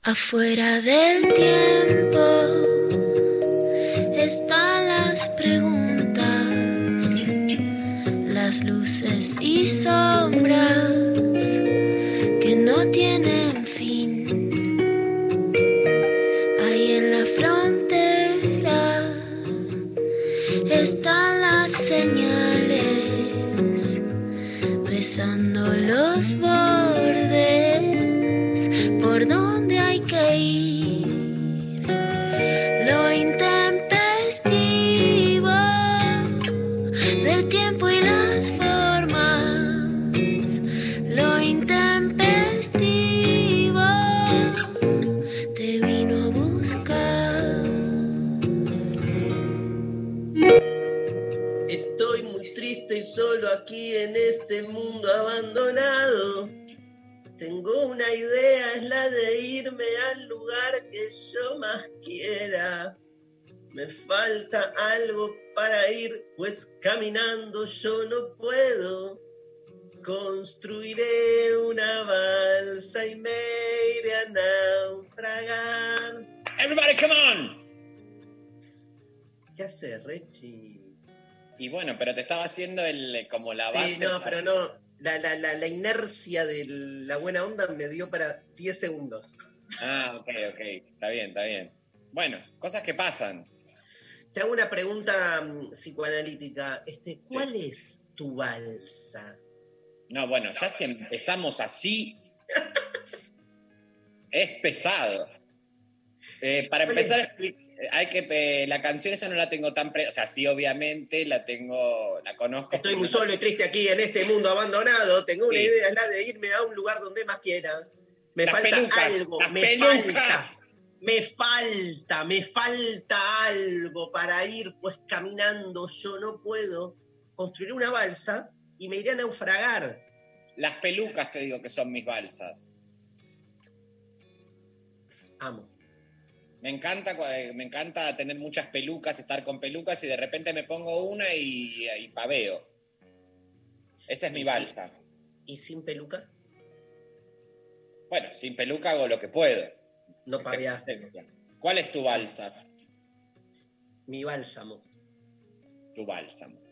Afuera del tiempo están las preguntas, las luces y sombras que no tienen fin. Ahí en la frontera están las señales, besando los bordes por donde hay que ir. Lo intempestivo del tiempo y las formas, lo intempestivo te vino a buscar. Estoy muy triste y solo aquí en este mundo abandonado. Tengo una idea, es la de irme al lugar que yo más quiera. Me falta algo para ir, pues caminando yo no puedo. Construiré una balsa y me iré a naufragar. Everybody, come on. ¿Qué hace, Rechi? Y bueno, pero te estaba haciendo como la base. Sí, no, pero no. La inercia de la buena onda me dio para 10 segundos. Ah, ok. Está bien. Bueno, cosas que pasan. Te hago una pregunta psicoanalítica. ¿Cuál es tu balsa? No, bueno, ya si empezamos así, es pesado. Para empezar, hay que la canción esa no la tengo tan o sea, sí, obviamente la conozco. Estoy muy solo y triste aquí en este mundo abandonado. Tengo una idea, es la de irme a un lugar donde más quiera. Me falta algo, me falta algo para ir, pues caminando yo no puedo. Construiré una balsa y me iré a naufragar. Las pelucas te digo que son mis balsas. Amo. Me encanta tener muchas pelucas, estar con pelucas y de repente me pongo una y paveo. Esa es mi balsa. ¿Y sin peluca? Bueno, sin peluca hago lo que puedo. No paveás. ¿Cuál es tu balsa? Mi bálsamo. Tu bálsamo.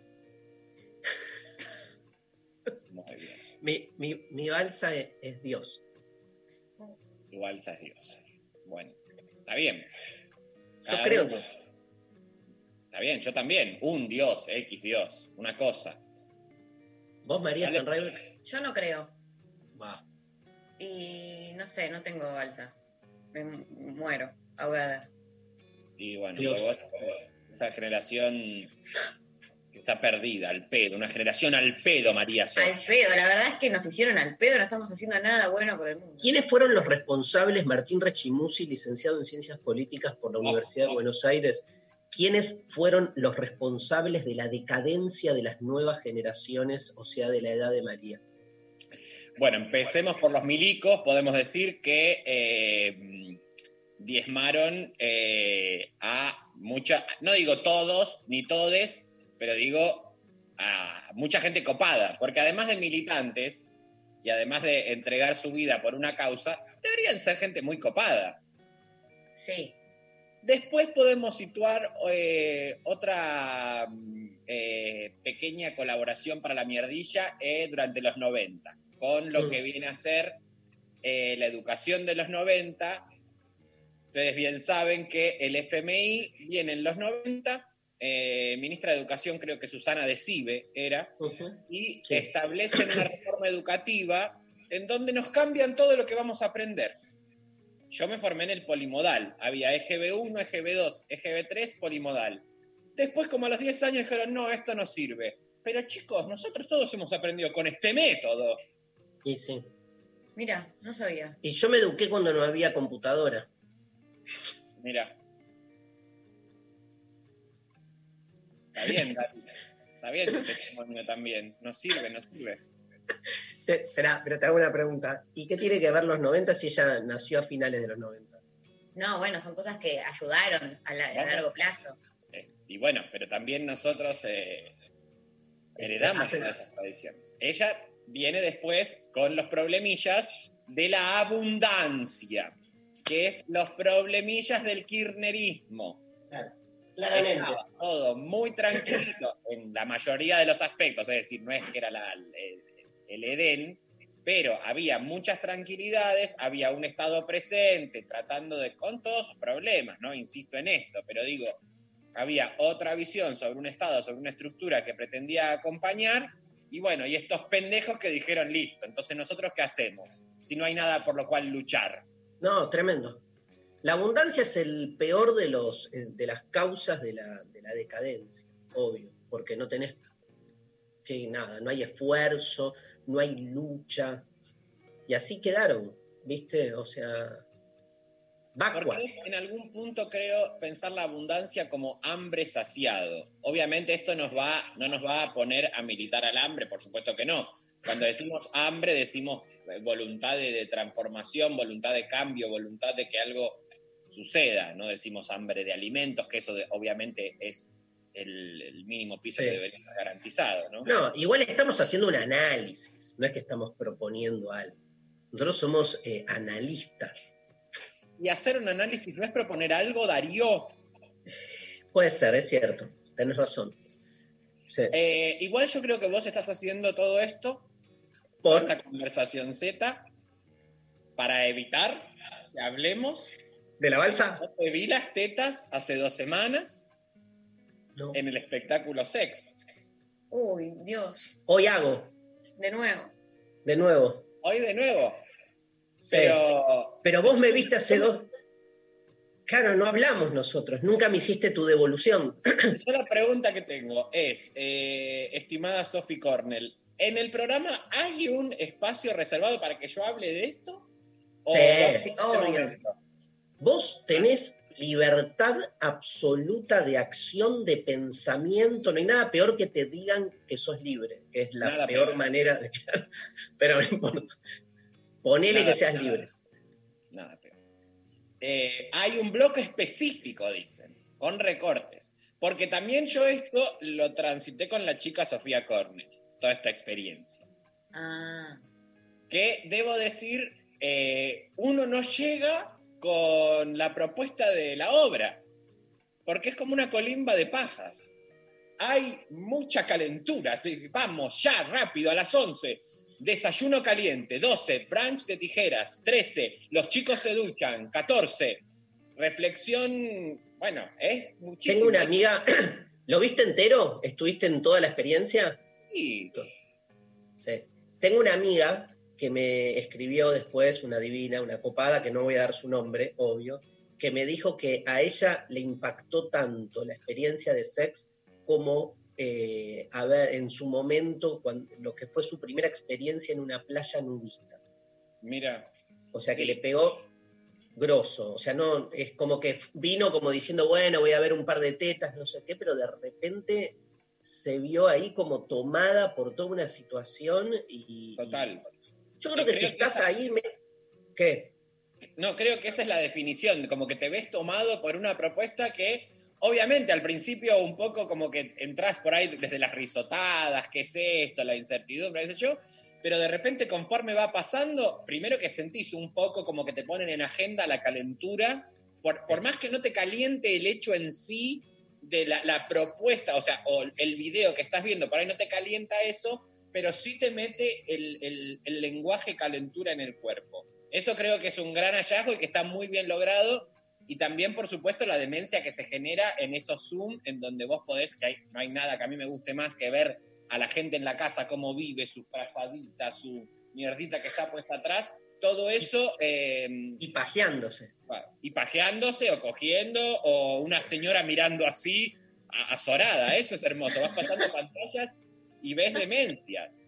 Muy bien. Mi balsa es Dios. Tu balsa es Dios. Bueno, está bien. Yo creo que... Está bien, yo también. Un Dios, X Dios, una cosa. ¿Vos, María Stanriver? Yo no creo. Wow. Y no sé, no tengo balsa. Me muero, ahogada. Y bueno, vos, esa generación que está perdida, al pedo. Una generación al pedo, María sos. Al pedo, la verdad es que nos hicieron al pedo, no estamos haciendo nada bueno por el mundo. ¿Quiénes fueron los responsables? Martín Rechimusi, licenciado en Ciencias Políticas por la Universidad de Buenos Aires. ¿Quiénes fueron los responsables de la decadencia de las nuevas generaciones, o sea, de la edad de María? Bueno, empecemos por los milicos. Podemos decir que diezmaron a mucha, no digo todos ni todes, pero digo a mucha gente copada, porque además de militantes y además de entregar su vida por una causa, deberían ser gente muy copada. Sí. Después podemos situar otra pequeña colaboración para la mierdilla durante los 90, con lo que viene a ser la educación de los 90. Ustedes bien saben que el FMI viene en los 90, ministra de Educación creo que Susana de Cive era, y establecen una reforma educativa en donde nos cambian todo lo que vamos a aprender. Yo me formé en el polimodal, había EGB1, EGB2, EGB3, polimodal. Después, como a los 10 años, dijeron, no, esto no sirve. Pero chicos, nosotros todos hemos aprendido con este método. Y sí. Mira, no sabía. Y yo me eduqué cuando no había computadora. Mira. Está bien, David. Está bien tu testimonio también. No sirve. Pero te hago una pregunta. ¿Y qué tiene que ver los 90 si ella nació a finales de los 90? No, bueno, son cosas que ayudaron a largo plazo. Y bueno, pero también nosotros heredamos estas tradiciones. Ella viene después con los problemillas de la abundancia. que es los problemillas del kirchnerismo. Claro, claramente. Estaba todo muy tranquilo en la mayoría de los aspectos, es decir, no es que era el Edén, pero había muchas tranquilidades, había un Estado presente tratando con todos sus problemas, ¿no? Insisto en esto, pero digo, había otra visión sobre un Estado, sobre una estructura que pretendía acompañar, y bueno, y estos pendejos que dijeron, listo, entonces nosotros ¿qué hacemos? Si no hay nada por lo cual luchar. No, tremendo. La abundancia es el peor de las causas de la decadencia, obvio, porque no tenés nada, no hay esfuerzo, no hay lucha, y así quedaron, ¿viste? O sea, porque vacuas. en algún punto creo pensar la abundancia como hambre saciado. Obviamente esto no nos va a poner a militar al hambre, por supuesto que no. Cuando decimos hambre decimos voluntad de transformación, voluntad de cambio, voluntad de que algo suceda. No decimos hambre de alimentos, que eso obviamente es el mínimo piso que debería estar garantizado, ¿no? No, igual estamos haciendo un análisis, no es que estamos proponiendo algo. Nosotros somos analistas. Y hacer un análisis no es proponer algo, Darío. Puede ser, es cierto, tenés razón. Sí. Igual yo creo que vos estás haciendo todo esto por esta conversación Z para evitar que hablemos de la balsa. Yo te vi las tetas hace 2 semanas No. en el espectáculo Sex. Uy, Dios. Hoy hago. De nuevo. De nuevo. Hoy de nuevo. Sí. Pero vos me viste hace 2. Claro, no hablamos nosotros. Nunca me hiciste tu devolución. Yo la pregunta que tengo es, estimada Sophie Cornell, ¿en el programa hay un espacio reservado para que yo hable de esto? Sí, obvio. Vos tenés libertad absoluta de acción, de pensamiento. No hay nada peor que te digan que sos libre, que es la peor manera de... Pero no importa. Ponele que seas libre. Nada peor. Hay un bloque específico, dicen, con recortes. Porque también yo esto lo transité con la chica Sofía Cornell, toda esta experiencia. Que debo decir, uno no llega con la propuesta de la obra, porque es como una colimba de pajas. Hay mucha calentura. Vamos, ya, rápido, a las 11. Desayuno caliente. 12, brunch de tijeras. 13, los chicos se duchan. 14, reflexión. Bueno, es muchísimo. Tengo una amiga, ¿lo viste entero? ¿Estuviste en toda la experiencia? Sí. Sí. Tengo una amiga que me escribió después, una divina, una copada, que no voy a dar su nombre, obvio, que me dijo que a ella le impactó tanto la experiencia de Sex como a ver en su momento lo que fue su primera experiencia en una playa nudista. Mira. O sea, que le pegó grosso. O sea, no es como que vino como diciendo, bueno, voy a ver un par de tetas, no sé qué, pero de repente se vio ahí como tomada por toda una situación y... Total. Yo creo que si estás ahí... ¿Qué? No, creo que esa es la definición, como que te ves tomado por una propuesta que... Obviamente, al principio un poco como que entras por ahí desde las risotadas, qué es esto, la incertidumbre, qué sé yo, pero de repente conforme va pasando, primero que sentís un poco como que te ponen en agenda la calentura, por más que no te caliente el hecho en sí de la propuesta, o sea, o el video que estás viendo, por ahí no te calienta eso, pero sí te mete el lenguaje calentura en el cuerpo. Eso creo que es un gran hallazgo y que está muy bien logrado. Y también, por supuesto, la demencia que se genera en esos Zoom, en donde vos podés, no hay nada que a mí me guste más que ver a la gente en la casa, cómo vive, su frazadita, su mierdita que está puesta atrás, todo eso... y pajeándose. Y pajeándose, o cogiendo, o una señora mirando así, azorada. Eso es hermoso. Vas pasando pantallas y ves demencias.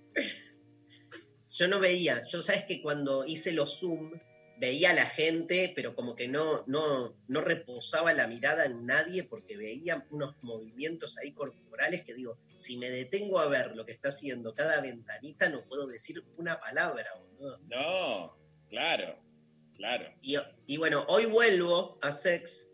Yo no veía. Yo, sabes que cuando hice los Zoom... veía a la gente, pero como que no reposaba la mirada en nadie porque veía unos movimientos ahí corporales que digo, si me detengo a ver lo que está haciendo cada ventanita, no puedo decir una palabra, boludo. No, claro. Y bueno, hoy vuelvo a Sex.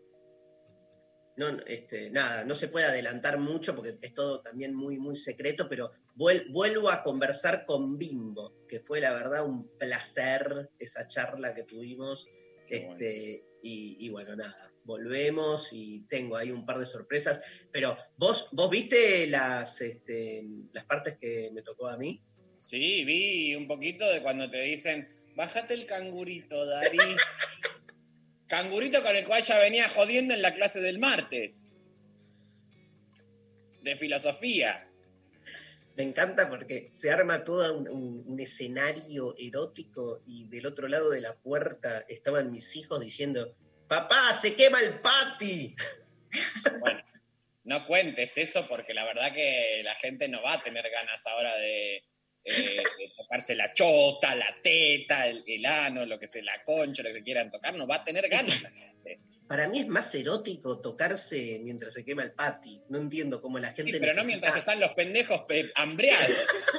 Nada, no se puede adelantar mucho porque es todo también muy, muy secreto, pero vuelvo a conversar con Bimbo, que fue la verdad un placer esa charla que tuvimos, Qué Y bueno, nada, volvemos y tengo ahí un par de sorpresas. Pero, ¿vos viste las partes que me tocó a mí? Sí, vi un poquito de cuando te dicen, bájate el cangurito, Dari. Cangurito con el cual ya venía jodiendo en la clase del martes. De filosofía. Me encanta porque se arma todo un escenario erótico y del otro lado de la puerta estaban mis hijos diciendo, ¡papá, se quema el pati! Bueno, no cuentes eso porque la verdad que la gente no va a tener ganas ahora de tocarse la chota, la teta, el ano, lo que sea, la concha, lo que se quieran tocar, no va a tener ganas la gente. Para mí es más erótico tocarse mientras se quema el pati. No entiendo cómo la gente Sí, pero no mientras están los pendejos hambreados.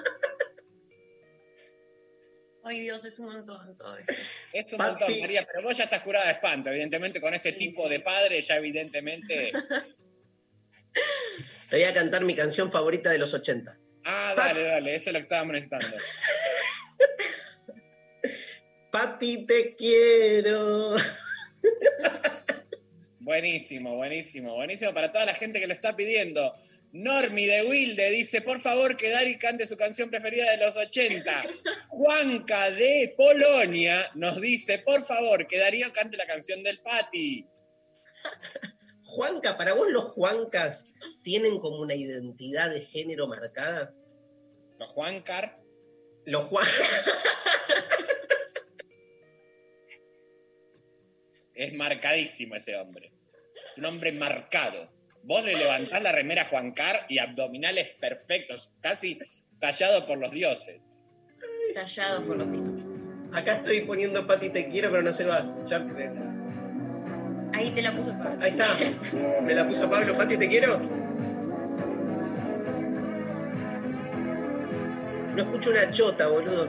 Ay, Dios, es un montón todo esto. Es un montón, María, pero vos ya estás curada de espanto, evidentemente, con este tipo de padre, ya evidentemente... Te voy a cantar mi canción favorita de los 80. Ah, dale, eso es lo que estábamos necesitando. Pati, te quiero. Buenísimo para toda la gente que lo está pidiendo. Normi de Wilde dice, por favor que Dari cante su canción preferida de los 80. Juanca de Polonia nos dice, por favor que Darío cante la canción del Pati. Juanca, ¿para vos los Juancas tienen como una identidad de género marcada? ¿Los Juancar? Los Juancas. Es marcadísimo ese hombre. Es un hombre marcado. Vos le levantás la remera Juancar y abdominales perfectos, casi tallado por los dioses. Tallado por los dioses. Acá estoy poniendo Pati, te quiero, pero no se va a escuchar. Ahí te la puso Pablo. Ahí está. Me la puso Pablo. Pati, te quiero. No escucho una chota, boludo.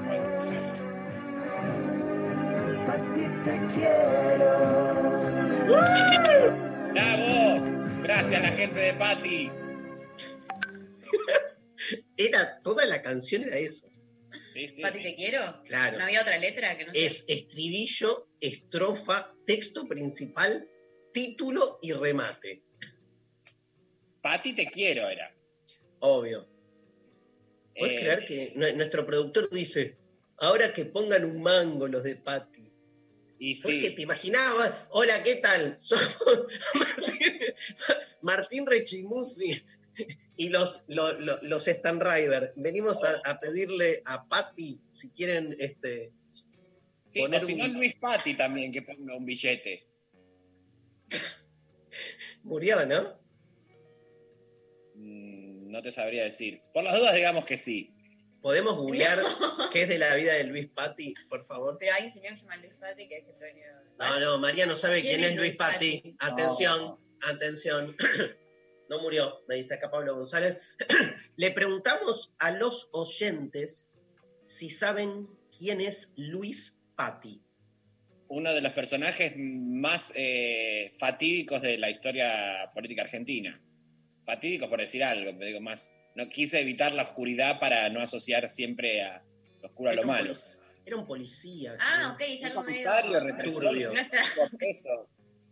¡Bravo! Gracias a la gente de Pati. Era, toda la canción era eso. Sí. Pati, te quiero. Claro. ¿No había otra letra que no sé? Es estribillo, estrofa, texto principal, título y remate. Pati, te quiero era. Obvio. ¿Puedes creer que nuestro productor dice, ahora que pongan un mango los de Pati? Y Porque sí. te imaginabas, hola, ¿qué tal? Somos Martín Rechimusi y los Stan Rider. Venimos a pedirle a Pati si quieren Sí, poner o si no, Luis Pati también, que ponga un billete. Murió, ¿no? No te sabría decir. Por las dudas, digamos que sí. ¿Podemos googlear qué es de la vida de Luis Pati, por favor? Pero hay un señor que se llama Luis Pati que es el dueño de... No, María no sabe quién es Luis Pati? Pati. Atención. No murió, me dice acá Pablo González. Le preguntamos a los oyentes si saben quién es Luis Pati. Uno de los personajes más fatídicos de la historia política argentina. Fatídicos por decir algo, pero digo más. No quise evitar la oscuridad para no asociar siempre a lo oscuro a lo malo. Era un policía. Ah, ok, es algo medio... Turbio. No está... Eso.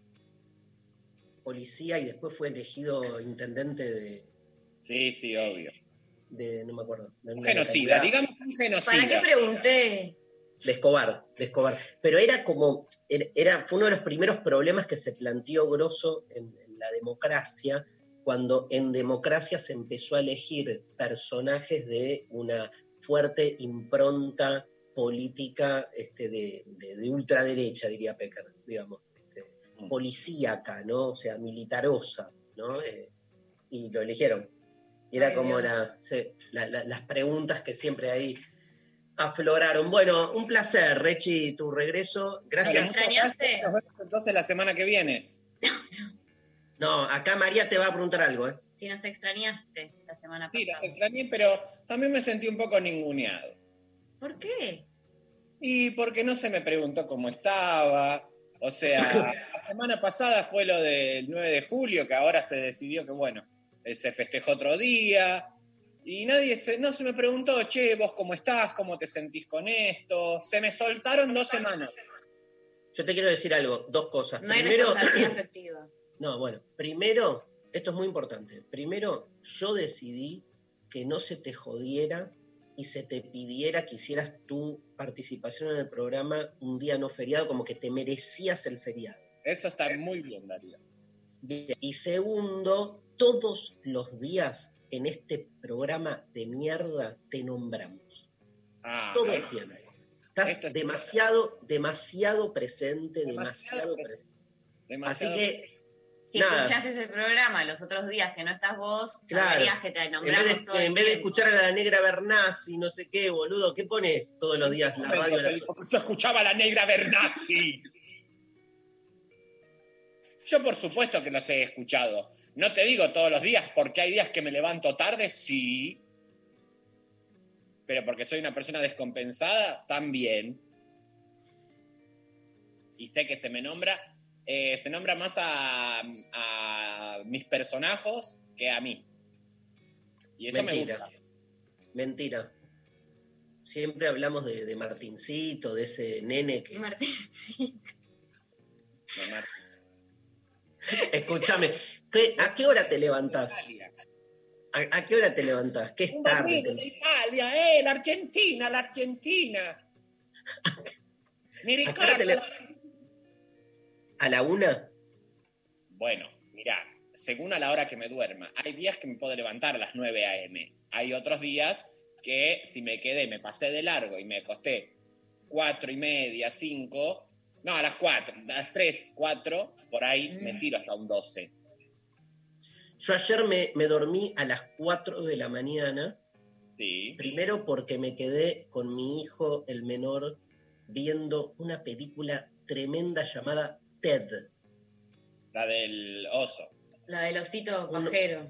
Policía y después fue elegido intendente de... Sí, obvio. No me acuerdo. Un genocida, digamos un genocida. ¿Para qué pregunté? De Escobar. Pero fue uno de los primeros problemas que se planteó grosso en la democracia, cuando en democracia se empezó a elegir personajes de una fuerte impronta política de ultraderecha, diría Pecker, digamos, policíaca, ¿no? O sea, militarosa, ¿no? Y lo eligieron. Y era como las preguntas que siempre ahí afloraron. Bueno, un placer, Rechi, tu regreso. Gracias. ¿Me extrañaste? Nos vemos entonces la semana que viene. No, acá María te va a preguntar algo, ¿eh? Si nos extrañaste la semana pasada. Sí, las extrañé, pero también me sentí un poco ninguneado. ¿Por qué? Y porque no se me preguntó cómo estaba. O sea, la semana pasada fue lo del 9 de julio, que ahora se decidió que, bueno, se festejó otro día. Y no se me preguntó, che, vos cómo estás, cómo te sentís con esto. Se me soltaron 2 semanas. Yo te quiero decir algo, 2 cosas. No hay Primero, responsabilidad afectiva. no, bueno, primero, esto es muy importante. Primero, yo decidí que no se te jodiera y se te pidiera que hicieras tu participación en el programa un día no feriado, como que te merecías el feriado. Eso está muy bien, Darío. Bien. Y segundo, todos los días en este programa de mierda te nombramos. Todos los días. Estás demasiado presente, demasiado presente. Así que, si escuchás ese programa los otros días que no estás vos, claro, sabrías que te nombramos todo el en vez de tiempo. escuchar a la negra Bernasi, no sé qué, boludo, ¿qué pones todos los días la radio? Porque yo escuchaba a la negra Bernasi. Yo por supuesto que los he escuchado. No te digo todos los días, porque hay días que me levanto tarde, sí. Pero porque soy una persona descompensada, también. Y sé que se nombra más a mis personajes que a mí. Y eso Mentira. me gusta. Mentira. Siempre hablamos de Martincito, de ese nene que... Martincito. No, Martín. Escúchame, ¿a qué hora te levantás? ¿A qué hora te levantás? ¿Qué es Un tarde? barril de Italia, la Argentina. Mi ¿A qué hora te ricordo. ¿A la 1? Bueno, mirá, según a la hora que me duerma, hay días que me puedo levantar a las 9 a.m. Hay otros días que si me pasé de largo y me acosté 4:30, 5, no, a las 4, a las 3, 4, por ahí me tiro hasta un 12. Yo ayer me dormí a las 4 de la mañana, Sí. primero porque me quedé con mi hijo, el menor, viendo una película tremenda llamada Ted. La del oso. La del osito pajero.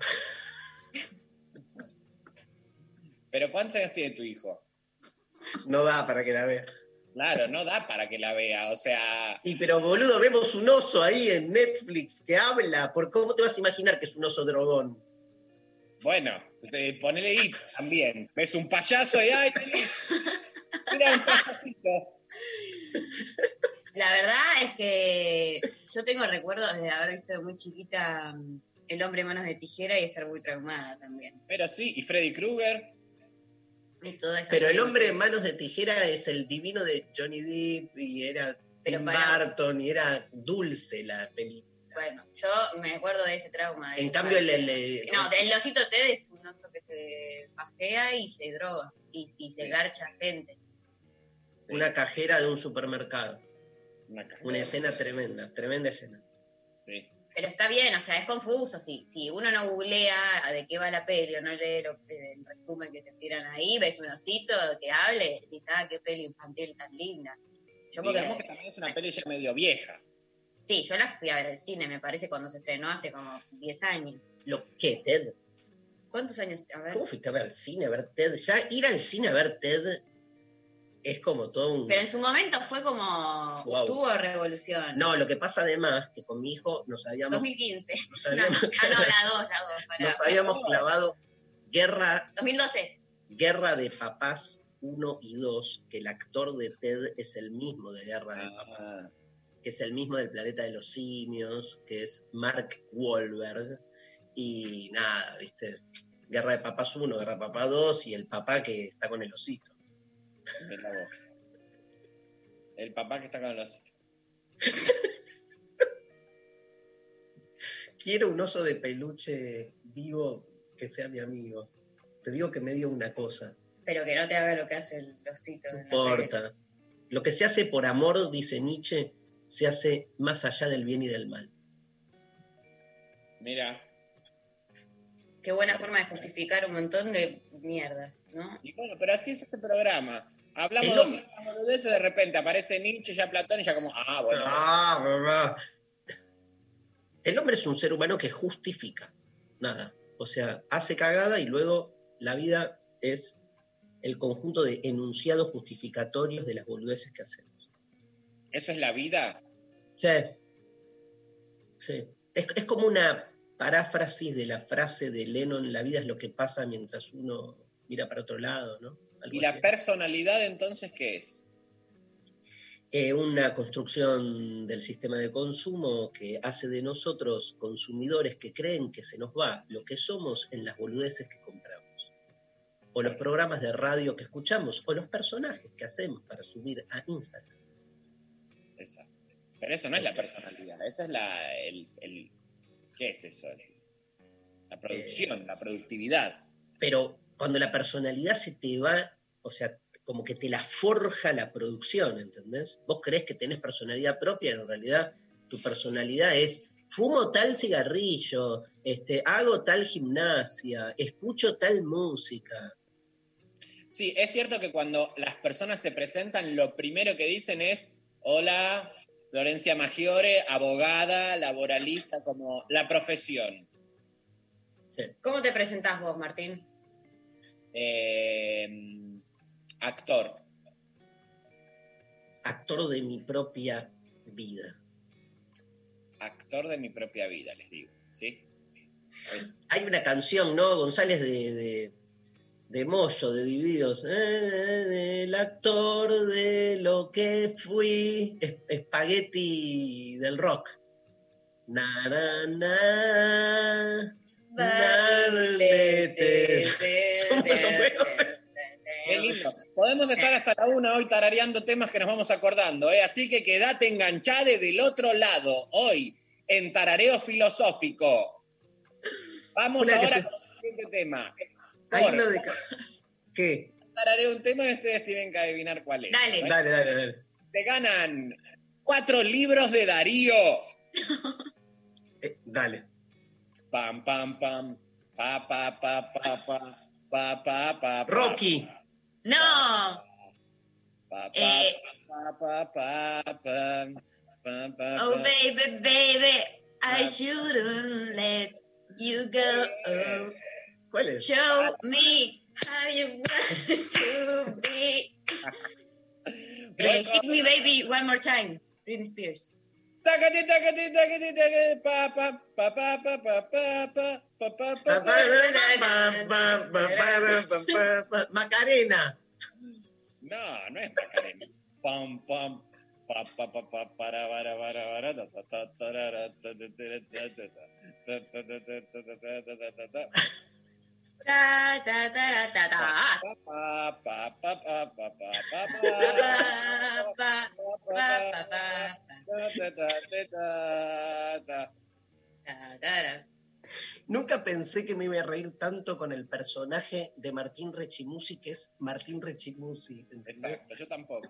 ¿Pero cuántos años tiene tu hijo? No da para que la vea. Claro, no da para que la vea, o sea... Y pero boludo, vemos un oso ahí en Netflix que habla. ¿Cómo te vas a imaginar que es un oso drogón? Bueno, ponele It también. ¿Ves un payaso y ay, mira un payasito? La verdad es que yo tengo recuerdos de haber visto de muy chiquita El hombre manos de tijera y estar muy traumada también. Pero sí, y Freddy Krueger. Y toda esa Pero el película. hombre en manos de tijera es el divino de Johnny Depp y era Pero Tim pará. Burton y era dulce la película. Bueno, yo me acuerdo de ese trauma. En cambio, No, el osito Ted es un oso que se pajea y se droga y se garcha gente. una cajera de un supermercado. Una Una escena tremenda escena. Sí. Pero está bien, o sea, es confuso. Si uno no googlea de qué va la peli o no lee el resumen que te tiran ahí, ves un osito que hable, decís, qué peli infantil tan linda. Yo Digamos que también es una peli ya medio vieja. Sí, yo la fui a ver al cine, me parece, cuando se estrenó hace como 10 años. ¿Qué, Ted? ¿Cuántos años? A ver. ¿Cómo fuiste a ver al cine a ver Ted? Ya ir al cine a ver Ted es como todo un... Pero en su momento fue como... Wow. Tuvo revolución. No, lo que pasa además que con mi hijo nos habíamos 2015. Nos habíamos, la 2. nos habíamos clavado 2012. Guerra de Papás 1 y 2, que el actor de Ted es el mismo de Guerra de Papás, que es el mismo del Planeta de los Simios, que es Mark Wahlberg, y nada, viste, Guerra de Papás 1, Guerra de Papás 2, y el papá que está con el osito. Mira vos. El papá que está con los... Quiero un oso de peluche vivo que sea mi amigo. Te digo que me dio una cosa. Pero que no te haga lo que hace el osito. No importa. Lo que se hace por amor, dice Nietzsche, se hace más allá del bien y del mal. Mira. Qué buena forma de justificar un montón de mierdas, ¿no? Y bueno, pero así es este programa. Hablamos de boludeces, de repente aparece Nietzsche, ya Platón, y ya como, bueno. Mamá. El hombre es un ser humano que justifica. Nada. O sea, hace cagada y luego la vida es el conjunto de enunciados justificatorios de las boludeces que hacemos. ¿Eso es la vida? Sí. Sí. Es como una paráfrasis de la frase de Lennon, la vida es lo que pasa mientras uno mira para otro lado, ¿no? Algo ¿Y la así. personalidad entonces qué es? Una construcción del sistema de consumo que hace de nosotros consumidores que creen que se nos va lo que somos en las boludeces que compramos, o los programas de radio que escuchamos, o los personajes que hacemos para subir a Instagram. Exacto. Pero eso no es la personalidad, eso es ¿qué es eso? La producción, la productividad. Pero cuando la personalidad se te va, o sea, como que te la forja la producción, ¿entendés? Vos creés que tenés personalidad propia, en realidad tu personalidad es: fumo tal cigarrillo, hago tal gimnasia, escucho tal música. Sí, es cierto que cuando las personas se presentan, lo primero que dicen es: hola, Florencia Maggiore, abogada, laboralista, como la profesión. Sí. ¿Cómo te presentás vos, Martín? Actor. Actor de mi propia vida. Actor de mi propia vida, les digo, ¿sí? Hay una canción, ¿no? González de Moyo, de Divididos. El actor de lo que fui. Espagueti del rock. Na, na, na. Narletes. Somos los mejores. Qué lindo. Podemos estar hasta la 1 hoy tarareando temas que nos vamos acordando, ¿eh? Así que quédate enganchado del otro lado, hoy, en Tarareo Filosófico. Vamos Una que ahora se- con el siguiente tema. Hay uno de... ¿Qué? Tarareo un tema y ustedes tienen que adivinar cuál es. Dale. ¿no? Dale. Te ganan 4 libros de Darío. Dale. Pam, pam, pam. Pa, pa, pa, pa, pa. Pa, pa, pa, pa. Rocky. No. Pa, pa, Eh. pa, pa, pa, pa, pa, pa, Oh, pa. baby, I shouldn't let you go. ¿Cuál es? Show me how you want to be. Hit me, baby, one more time. Britney Spears. Tacati, tacati, tacati, tacati, pa, pa, pa, pa, pa, pa, pa, pa, pa, pa, pa, pa. Macarena. No, no es Macarena. Pam, pam. Pa, pa, pa, pa, para, ta, ta, ta, tarara, ta, ta, ta, ta, ta, ta, ta, ta, ta, ta, ta, ta, ta, ta, ta. Ta, ta, ta, ta, ta. Pa, pa, pa, pa, pa, pa, pa, Pa, pa, pa, pa, pa, pa. ta, ta, ta, ta, ta. Ta, ta, ta. Nunca pensé que me iba a reír tanto con el personaje de Martín Rechimusi, que es Martín Rechimusi, ¿entendés? Exacto, yo tampoco.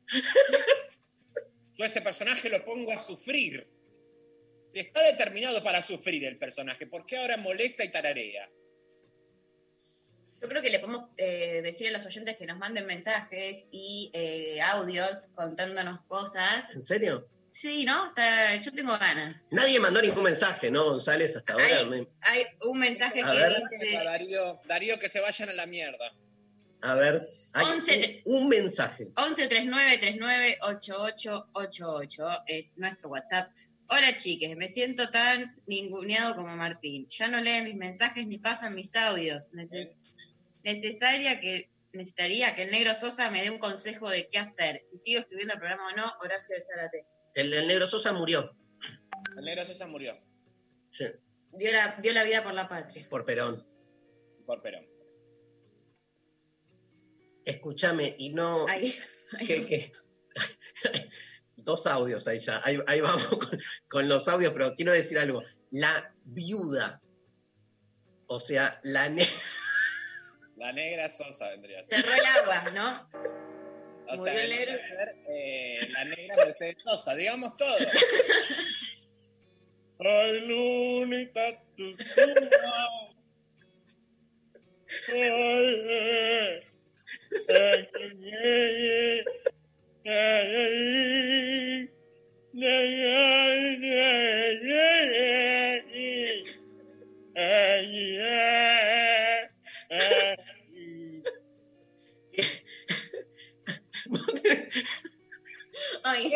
Yo ese personaje lo pongo a sufrir. Si está determinado para sufrir el personaje, ¿por qué ahora molesta y tararea? Yo creo que le podemos decir a los oyentes que nos manden mensajes y audios contándonos cosas. ¿En serio? Sí, ¿no? Yo tengo ganas. Nadie mandó ningún mensaje, ¿no, González? Hasta ahora. Hay un mensaje A que ver. dice Darío, que se vayan a la mierda. A ver, hay 11. un mensaje. 1139398888 es nuestro WhatsApp. Hola chiques, me siento tan ninguneado como Martín. Ya no leen mis mensajes ni pasan mis audios. Necesitaría que el negro Sosa me dé un consejo de qué hacer. Si sigo escribiendo el programa o no, Horacio de Zárate. El negro Sosa murió. El negro Sosa murió Sí, Dio la vida por la patria. por Perón. por Perón. Escúchame, y no... Ahí. ¿Qué? Dos audios ahí ya. Ahí vamos con los audios, pero quiero decir algo. La viuda, o sea, La negra Sosa vendría a ser. Cerró el agua, ¿no? O Murió sea, el negro. vendría a ser, la negra Mercedes Sosa, digamos todo. Ay, lunita, tu Ay.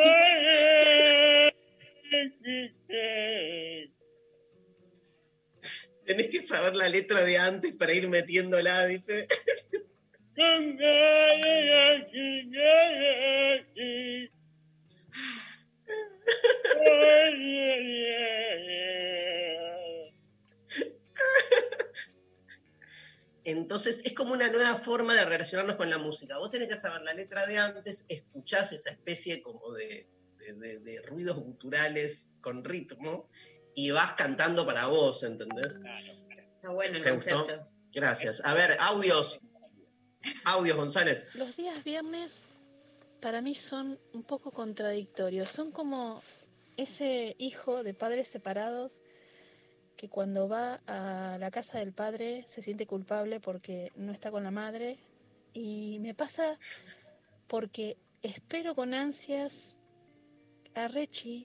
Tenés que saber la letra de antes para ir metiéndola, ¿viste? Entonces es como una nueva forma de relacionarnos con la música. Vos tenés que saber la letra de antes, escuchás esa especie como de ruidos guturales con ritmo y vas cantando para vos, ¿entendés? Está bueno el ¿Te gustó? concepto. Gracias. A ver, audios, González. Los días viernes para mí son un poco contradictorios. Son como ese hijo de padres separados que cuando va a la casa del padre se siente culpable porque no está con la madre. Y me pasa porque espero con ansias a Rechi.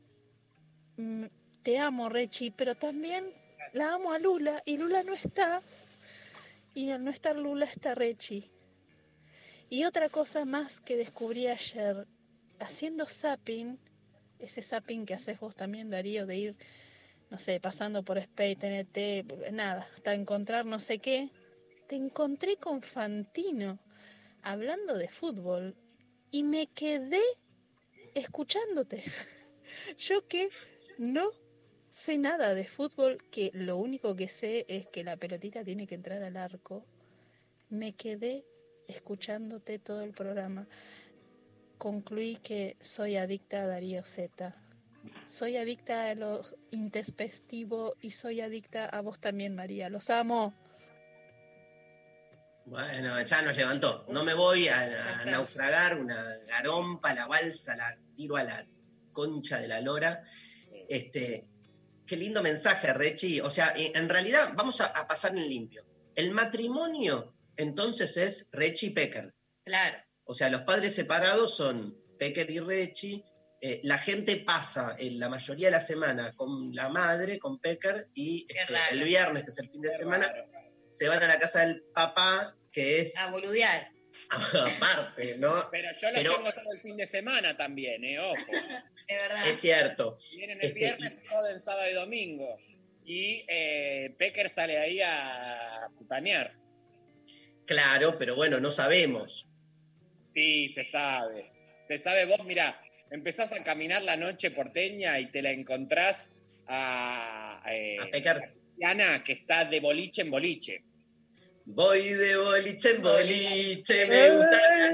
Te amo, Rechi, pero también la amo a Lula y Lula no está. Y al no estar Lula está Rechi. Y otra cosa más que descubrí ayer, haciendo zapping, ese zapping que haces vos también, Darío, de ir, no sé, pasando por Spay, TNT, nada, hasta encontrar no sé qué, te encontré con Fantino hablando de fútbol y me quedé escuchándote. Yo que no sé nada de fútbol, que lo único que sé es que la pelotita tiene que entrar al arco, me quedé escuchándote todo el programa. Concluí que soy adicta a Darío Z. Soy adicta a lo intempestivo y soy adicta a vos también, María. Los amo. Bueno, ya nos levantó. No me voy a naufragar, una garompa, la balsa, la tiro a la concha de la lora. Qué lindo mensaje, Rechi. O sea, en realidad vamos a pasar en limpio. El matrimonio, entonces, es Rechi y Pecker. Claro. O sea, los padres separados son Pecker y Rechi. La gente pasa la mayoría de la semana con la madre, con Pecker, y el viernes, que es el fin de semana, se van a la casa del papá, que es... A boludear. Aparte, ¿no? Pero yo lo tengo todo el fin de semana también, ojo. Es verdad. Es cierto. Vienen el viernes, joden sábado y domingo. Y Pecker sale ahí a putanear. Claro, pero bueno, no sabemos. Sí, se sabe. Se sabe, vos, mirá, empezás a caminar la noche porteña y te la encontrás a Pecker. Diana, que está de boliche en boliche. Voy de boliche en boliche, me gusta.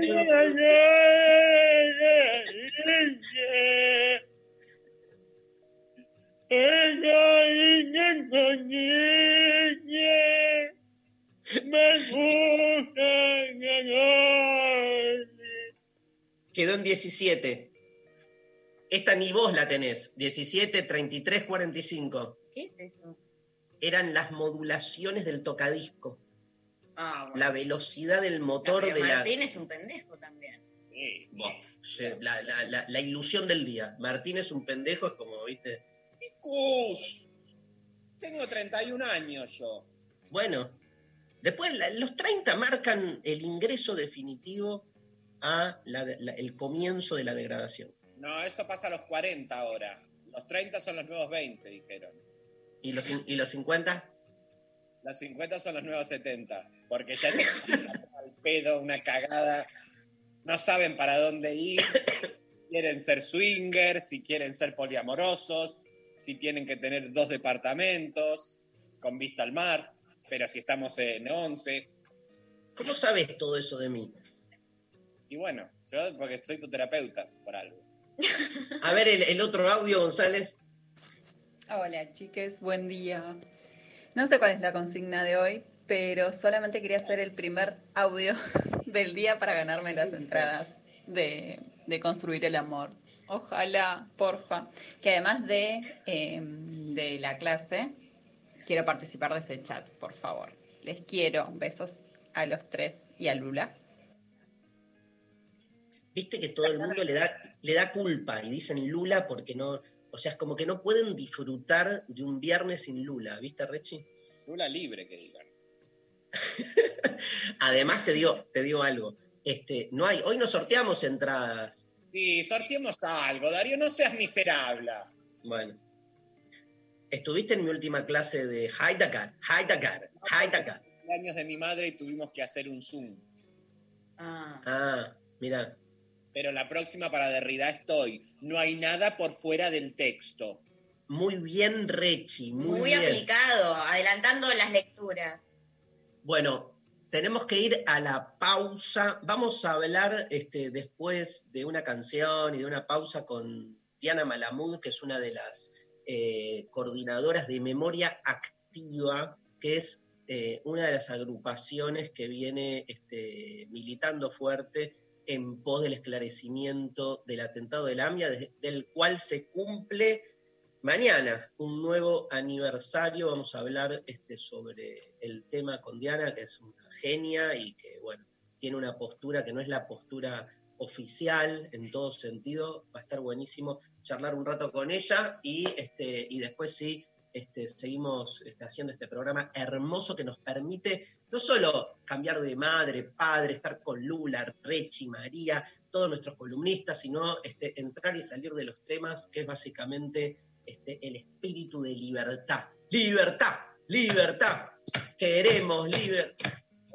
Quedó en 17. Esta ni vos la tenés. 17, 33, 45. ¿Qué es eso? Eran las modulaciones del tocadisco. Ah, bueno. La velocidad del motor de Martín es un pendejo también. Sí. La ilusión del día. Martín es un pendejo, es como, ¿viste? ¡Cus! Tengo 31 años yo. Bueno, después los 30 marcan el ingreso definitivo a el comienzo de la degradación. No, eso pasa a los 40 ahora. Los 30 son los nuevos 20, dijeron. ¿Y los 50? Los 50 son los nuevos 70. Porque ya se al pedo, una cagada. No saben para dónde ir. Quieren ser swingers, si quieren ser poliamorosos, si tienen que tener 2 departamentos con vista al mar, pero si estamos en 11. ¿Cómo sabes todo eso de mí? Y bueno, yo porque soy tu terapeuta, por algo. A ver el otro audio, González. Hola, chiques, buen día. No sé cuál es la consigna de hoy, pero solamente quería hacer el primer audio del día para ganarme las entradas de Construir el Amor. Ojalá, porfa, que además de la clase, quiero participar de ese chat, por favor. Les quiero. Besos a los 3 y a Lula. Viste que todo el mundo le da culpa y dicen Lula porque no... O sea, es como que no pueden disfrutar de un viernes sin Lula, ¿viste, Rechi? Lula libre, que digan. Además, te digo algo. Hoy no sorteamos entradas. Sí, sorteemos algo, Darío, no seas miserable. Bueno. Estuviste en mi última clase de Heidegger. Años de mi madre y tuvimos que hacer un Zoom. Ah, mirá. Pero la próxima para Derrida estoy. No hay nada por fuera del texto. Muy bien, Rechi, muy Muy bien. aplicado, adelantando las lecturas. Bueno, tenemos que ir a la pausa. Vamos a hablar después de una canción y de una pausa con Diana Malamud, que es una de las coordinadoras de Memoria Activa, que es una de las agrupaciones que viene militando fuerte en pos del esclarecimiento del atentado del AMIA, del cual se cumple mañana un nuevo aniversario. Vamos a hablar sobre el tema con Diana, que es una genia y que, bueno, tiene una postura que no es la postura oficial en todo sentido. Va a estar buenísimo charlar un rato con ella y después sí seguimos haciendo este programa hermoso que nos permite no solo cambiar de madre, padre, estar con Lula, Rechi, María, todos nuestros columnistas, sino entrar y salir de los temas, que es básicamente el espíritu de libertad. ¡Libertad! ¡Libertad! Queremos libertad.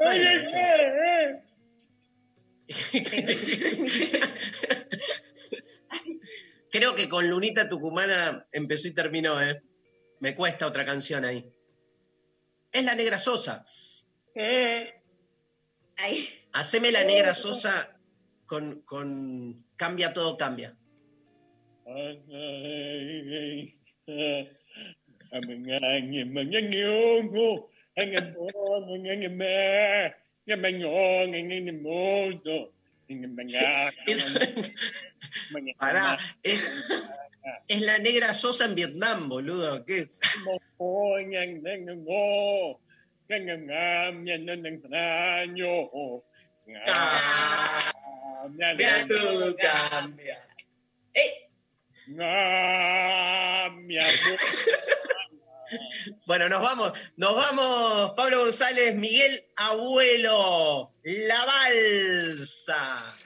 Creo que con Lunita Tucumana empezó y terminó, Me cuesta otra canción ahí. Es la Negra Sosa. Ahí. Haceme la Negra Sosa con Cambia Todo Cambia. Pará, es la Negra Sosa en Vietnam, boludo. ¿Qué es? Cambia todo cambia. Bueno, nos vamos, Pablo González, Miguel Abuelo, La Balsa.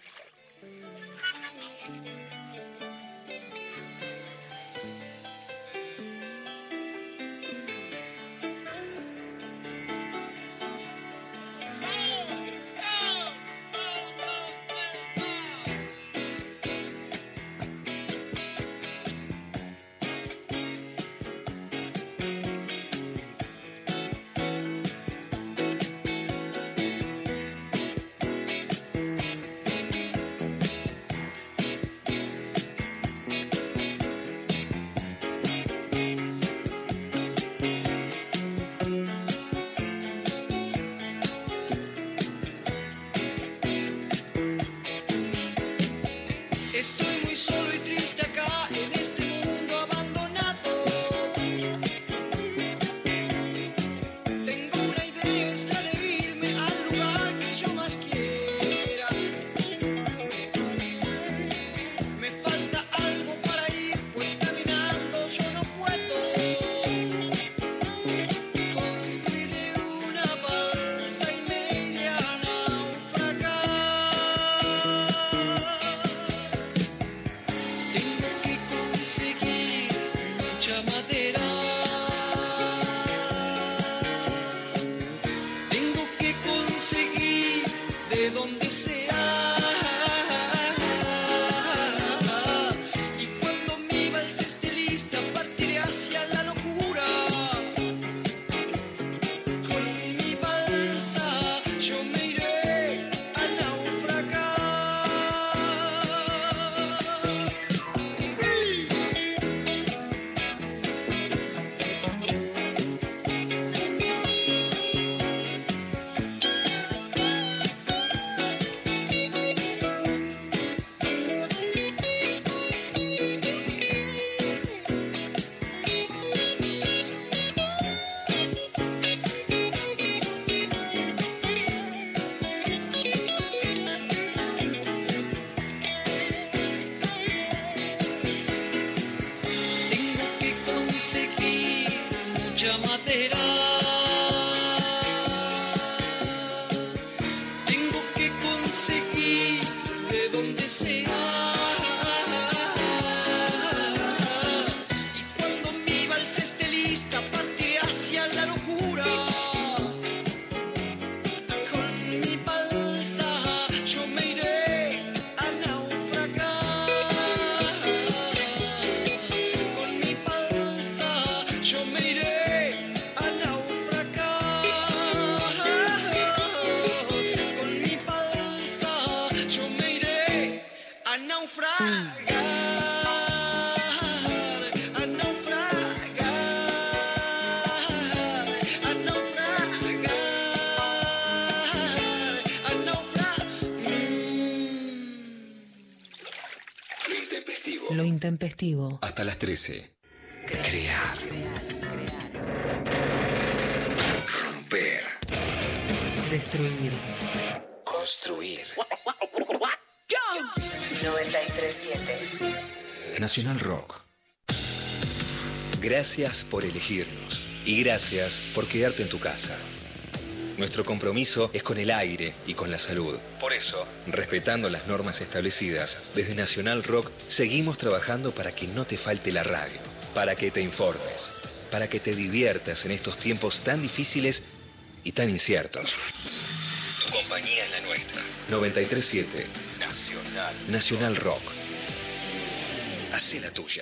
intempestivo. Hasta las 13. Crear. Romper. Destruir. Construir. 93.7 Nacional Rock. Gracias por elegirnos y gracias por quedarte en tu casa. Nuestro compromiso es con el aire y con la salud. Por eso, respetando las normas establecidas, desde Nacional Rock seguimos trabajando para que no te falte la radio, para que te informes, para que te diviertas en estos tiempos tan difíciles y tan inciertos. Tu compañía es la nuestra. 93.7 Nacional Rock. Hacé la tuya.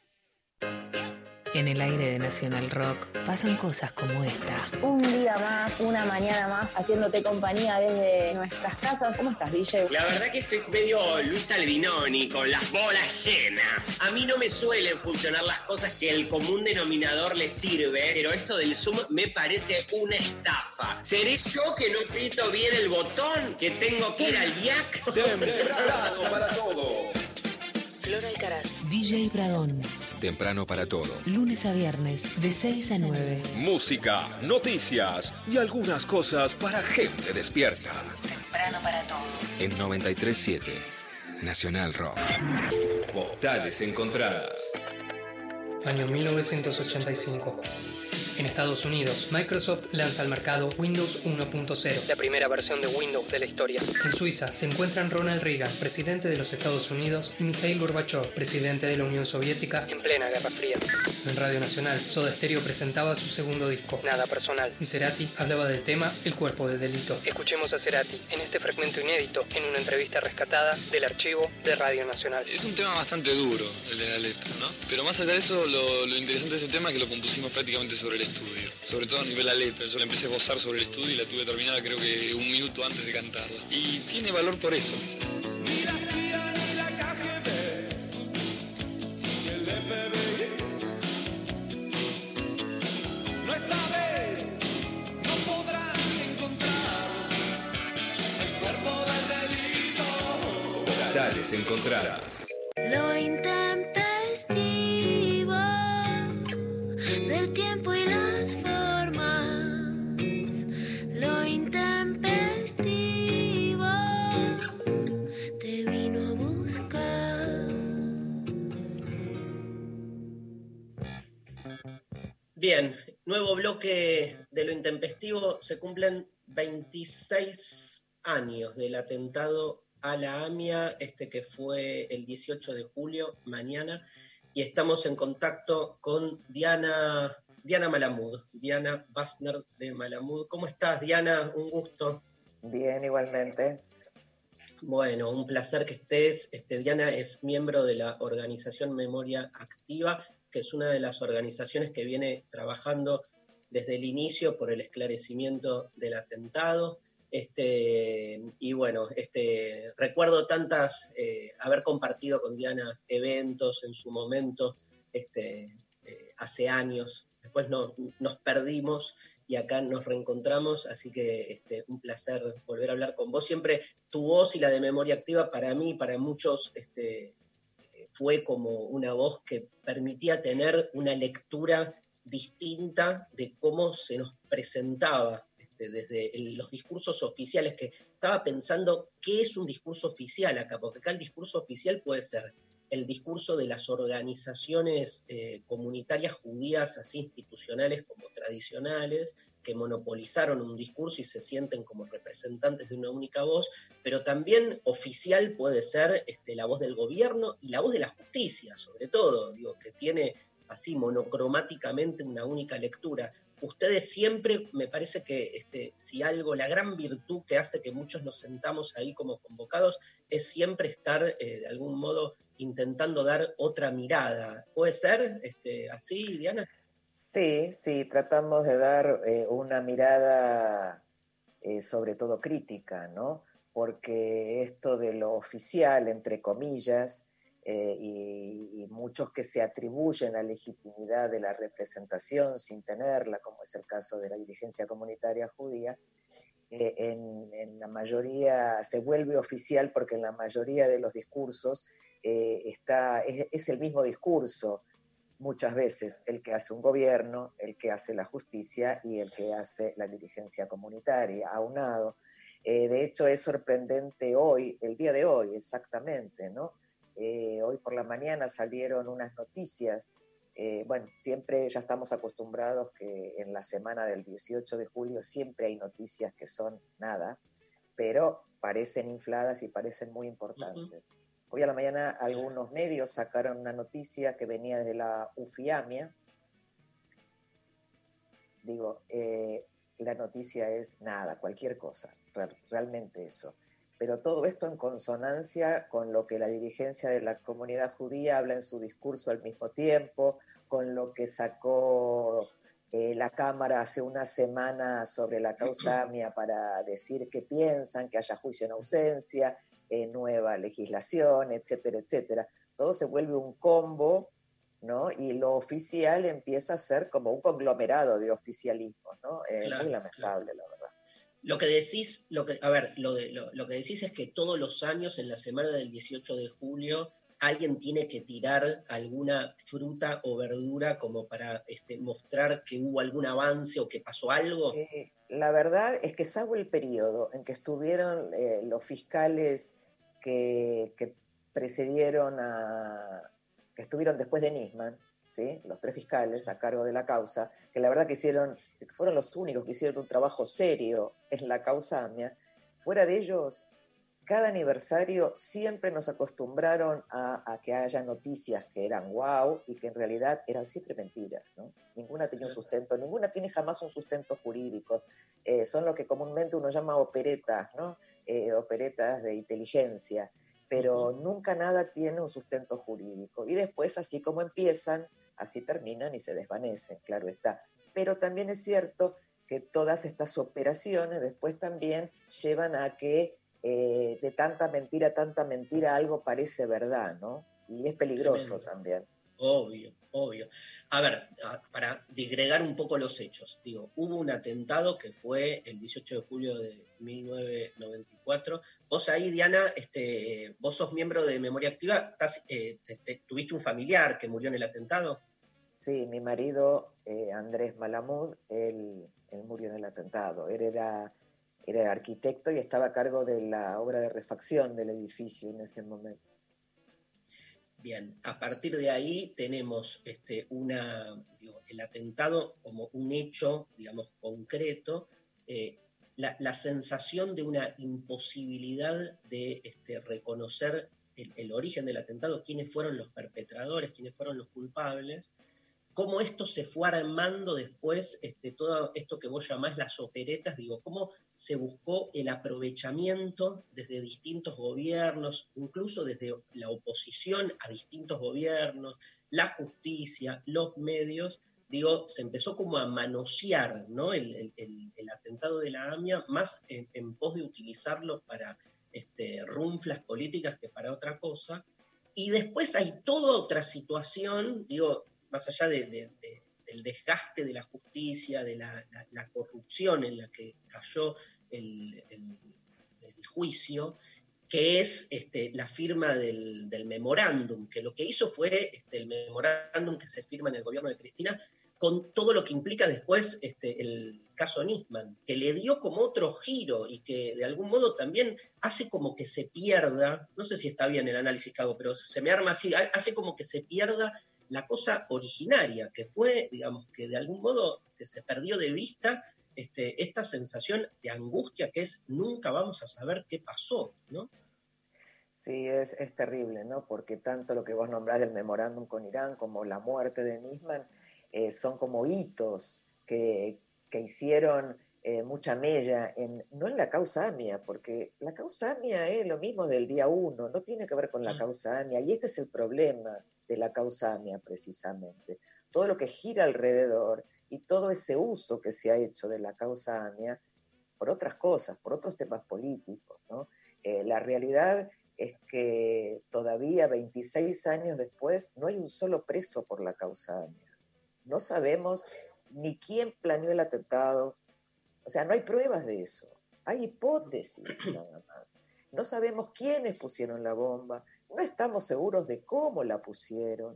En el aire de Nacional Rock pasan cosas como esta. Un día más, una mañana más, haciéndote compañía desde nuestras casas. ¿Cómo estás, DJ? La verdad que estoy medio Luis Albinoni, con las bolas llenas. A mí no me suelen funcionar las cosas que el común denominador le sirve, pero esto del Zoom me parece una estafa. ¿Seré yo que no aprieto bien el botón? ¿Que tengo que ir al IAC? Temprano para todo. Flor Alcaraz, DJ Pradón. Temprano para todo. Lunes a viernes, de 6 a 9. Música, noticias y algunas cosas para gente despierta. Temprano para todo. En 93.7 Nacional Rock. Postales encontradas. Año 1985. En Estados Unidos, Microsoft lanza al mercado Windows 1.0, la primera versión de Windows de la historia. En Suiza se encuentran Ronald Reagan, presidente de los Estados Unidos, y Mikhail Gorbachev, presidente de la Unión Soviética en plena Guerra Fría. En Radio Nacional, Soda Stereo presentaba su segundo disco, Nada Personal, y Cerati hablaba del tema El cuerpo de delito. Escuchemos a Cerati en este fragmento inédito en una entrevista rescatada del archivo de Radio Nacional. Es un tema bastante duro, el de la letra, ¿no? Pero más allá de eso, lo interesante de ese tema es que lo compusimos prácticamente sobre el estudio, sobre todo a nivel la letra. Yo la empecé a gozar sobre el estudio y la tuve terminada creo que un minuto antes de cantarla. Y tiene valor por eso. Ni la CIA ni la KGB, ni el FBI. No, esta vez no podrán encontrar el cuerpo del delito. Postales encontradas. Lo intempestivo del tiempo y las formas. Lo intempestivo te vino a buscar. Bien, nuevo bloque de lo intempestivo. Se cumplen 26 años del atentado a la AMIA, que fue el 18 de julio, mañana, y estamos en contacto con Diana Malamud, Diana Bastner de Malamud. ¿Cómo estás, Diana? Un gusto. Bien, igualmente. Bueno, un placer que estés. Diana es miembro de la organización Memoria Activa, que es una de las organizaciones que viene trabajando desde el inicio por el esclarecimiento del atentado. Y bueno, recuerdo haber compartido con Diana eventos en su momento, hace años. Después nos perdimos y acá nos reencontramos, así que un placer volver a hablar con vos. Siempre tu voz y la de Memoria Activa para mí, para muchos, fue como una voz que permitía tener una lectura distinta de cómo se nos presentaba desde los discursos oficiales, que estaba pensando qué es un discurso oficial acá, porque acá el discurso oficial puede ser el discurso de las organizaciones comunitarias judías, así institucionales como tradicionales, que monopolizaron un discurso y se sienten como representantes de una única voz, pero también oficial puede ser la voz del gobierno y la voz de la justicia, sobre todo, que tiene así monocromáticamente una única lectura. Ustedes siempre, me parece que si algo, la gran virtud que hace que muchos nos sentamos ahí como convocados, es siempre estar de algún modo intentando dar otra mirada. ¿Puede ser así, Diana? Sí, tratamos de dar una mirada sobre todo crítica, ¿no? Porque esto de lo oficial, entre comillas, y muchos que se atribuyen la legitimidad de la representación sin tenerla, como es el caso de la dirigencia comunitaria judía, en la mayoría se vuelve oficial porque en la mayoría de los discursos es el mismo discurso muchas veces el que hace un gobierno, el que hace la justicia y el que hace la dirigencia comunitaria, aunado. De hecho, es sorprendente hoy, el día de hoy exactamente, ¿no? Hoy por la mañana salieron unas noticias. Bueno, siempre ya estamos acostumbrados que en la semana del 18 de julio siempre hay noticias que son nada, pero parecen infladas y parecen muy importantes. Hoy a la mañana algunos medios sacaron una noticia que venía de la UFIAMIA. Digo, la noticia es nada, cualquier cosa, realmente eso. Pero todo esto en consonancia con lo que la dirigencia de la comunidad judía habla en su discurso al mismo tiempo, con lo que sacó la Cámara hace una semana sobre la causa AMIA para decir qué piensan, que haya juicio en ausencia, nueva legislación, etcétera, etcétera. Todo se vuelve un combo, ¿no? Y lo oficial empieza a ser como un conglomerado de oficialismos, ¿no? Claro, muy lamentable, la verdad. Lo que decís, lo que decís es que todos los años, en la semana del 18 de julio, alguien tiene que tirar alguna fruta o verdura como para mostrar que hubo algún avance o que pasó algo. La verdad es que salvo el periodo en que estuvieron los fiscales que precedieron que estuvieron después de Nisman, ¿sí? Los 3 fiscales a cargo de la causa, que la verdad que fueron los únicos que hicieron un trabajo serio en la causa AMIA. Fuera de ellos, cada aniversario siempre nos acostumbraron a que haya noticias que eran wow y que en realidad eran siempre mentiras, ¿no? Ninguna tenía un sustento, ninguna tiene jamás un sustento jurídico. Son lo que comúnmente uno llama operetas, ¿no? Operetas de inteligencia, pero nunca nada tiene un sustento jurídico. Y después, así como empiezan, así terminan y se desvanecen, claro está. Pero también es cierto que todas estas operaciones después también llevan a que de tanta mentira, algo parece verdad, ¿no? Y es peligroso también. Obvio. A ver, para disgregar un poco los hechos, hubo un atentado que fue el 18 de julio de 1994. Vos ahí, Diana, vos sos miembro de Memoria Activa, ¿tuviste un familiar que murió en el atentado? Sí, mi marido, Andrés Malamud, él murió en el atentado. Él era arquitecto y estaba a cargo de la obra de refacción del edificio en ese momento. Bien, a partir de ahí tenemos el atentado como un hecho, digamos, concreto, la sensación de una imposibilidad de reconocer el origen del atentado, quiénes fueron los perpetradores, quiénes fueron los culpables, cómo esto se fue armando después, todo esto que vos llamás las operetas, cómo se buscó el aprovechamiento desde distintos gobiernos, incluso desde la oposición a distintos gobiernos, la justicia, los medios, se empezó como a manosear, ¿no? el atentado de la AMIA, más en pos de utilizarlo para runflas políticas que para otra cosa. Y después hay toda otra situación, más allá del desgaste de la justicia, de la corrupción en la que cayó el juicio, que es la firma del memorándum, que lo que hizo fue el memorándum que se firma en el gobierno de Cristina, con todo lo que implica después el caso Nisman, que le dio como otro giro y que de algún modo también hace como que se pierda, no sé si está bien el análisis que hago, pero se me arma así, hace como que se pierda la cosa originaria, que fue, digamos, que de algún modo se perdió de vista esta sensación de angustia que es nunca vamos a saber qué pasó, ¿no? Sí, es terrible, ¿no? Porque tanto lo que vos nombrás del memorándum con Irán como la muerte de Nisman son como hitos que hicieron mucha mella, no en la causa AMIA, porque la causa AMIA es lo mismo del día 1, no tiene que ver con la causa AMIA, y este es el problema de la causa AMIA precisamente. Todo lo que gira alrededor y todo ese uso que se ha hecho de la causa AMIA por otras cosas, por otros temas políticos, ¿no? La realidad es que todavía 26 años después no hay un solo preso por la causa AMIA. No sabemos ni quién planeó el atentado, o sea, no hay pruebas de eso, hay hipótesis nada más. No sabemos quiénes pusieron la bomba, no estamos seguros de cómo la pusieron,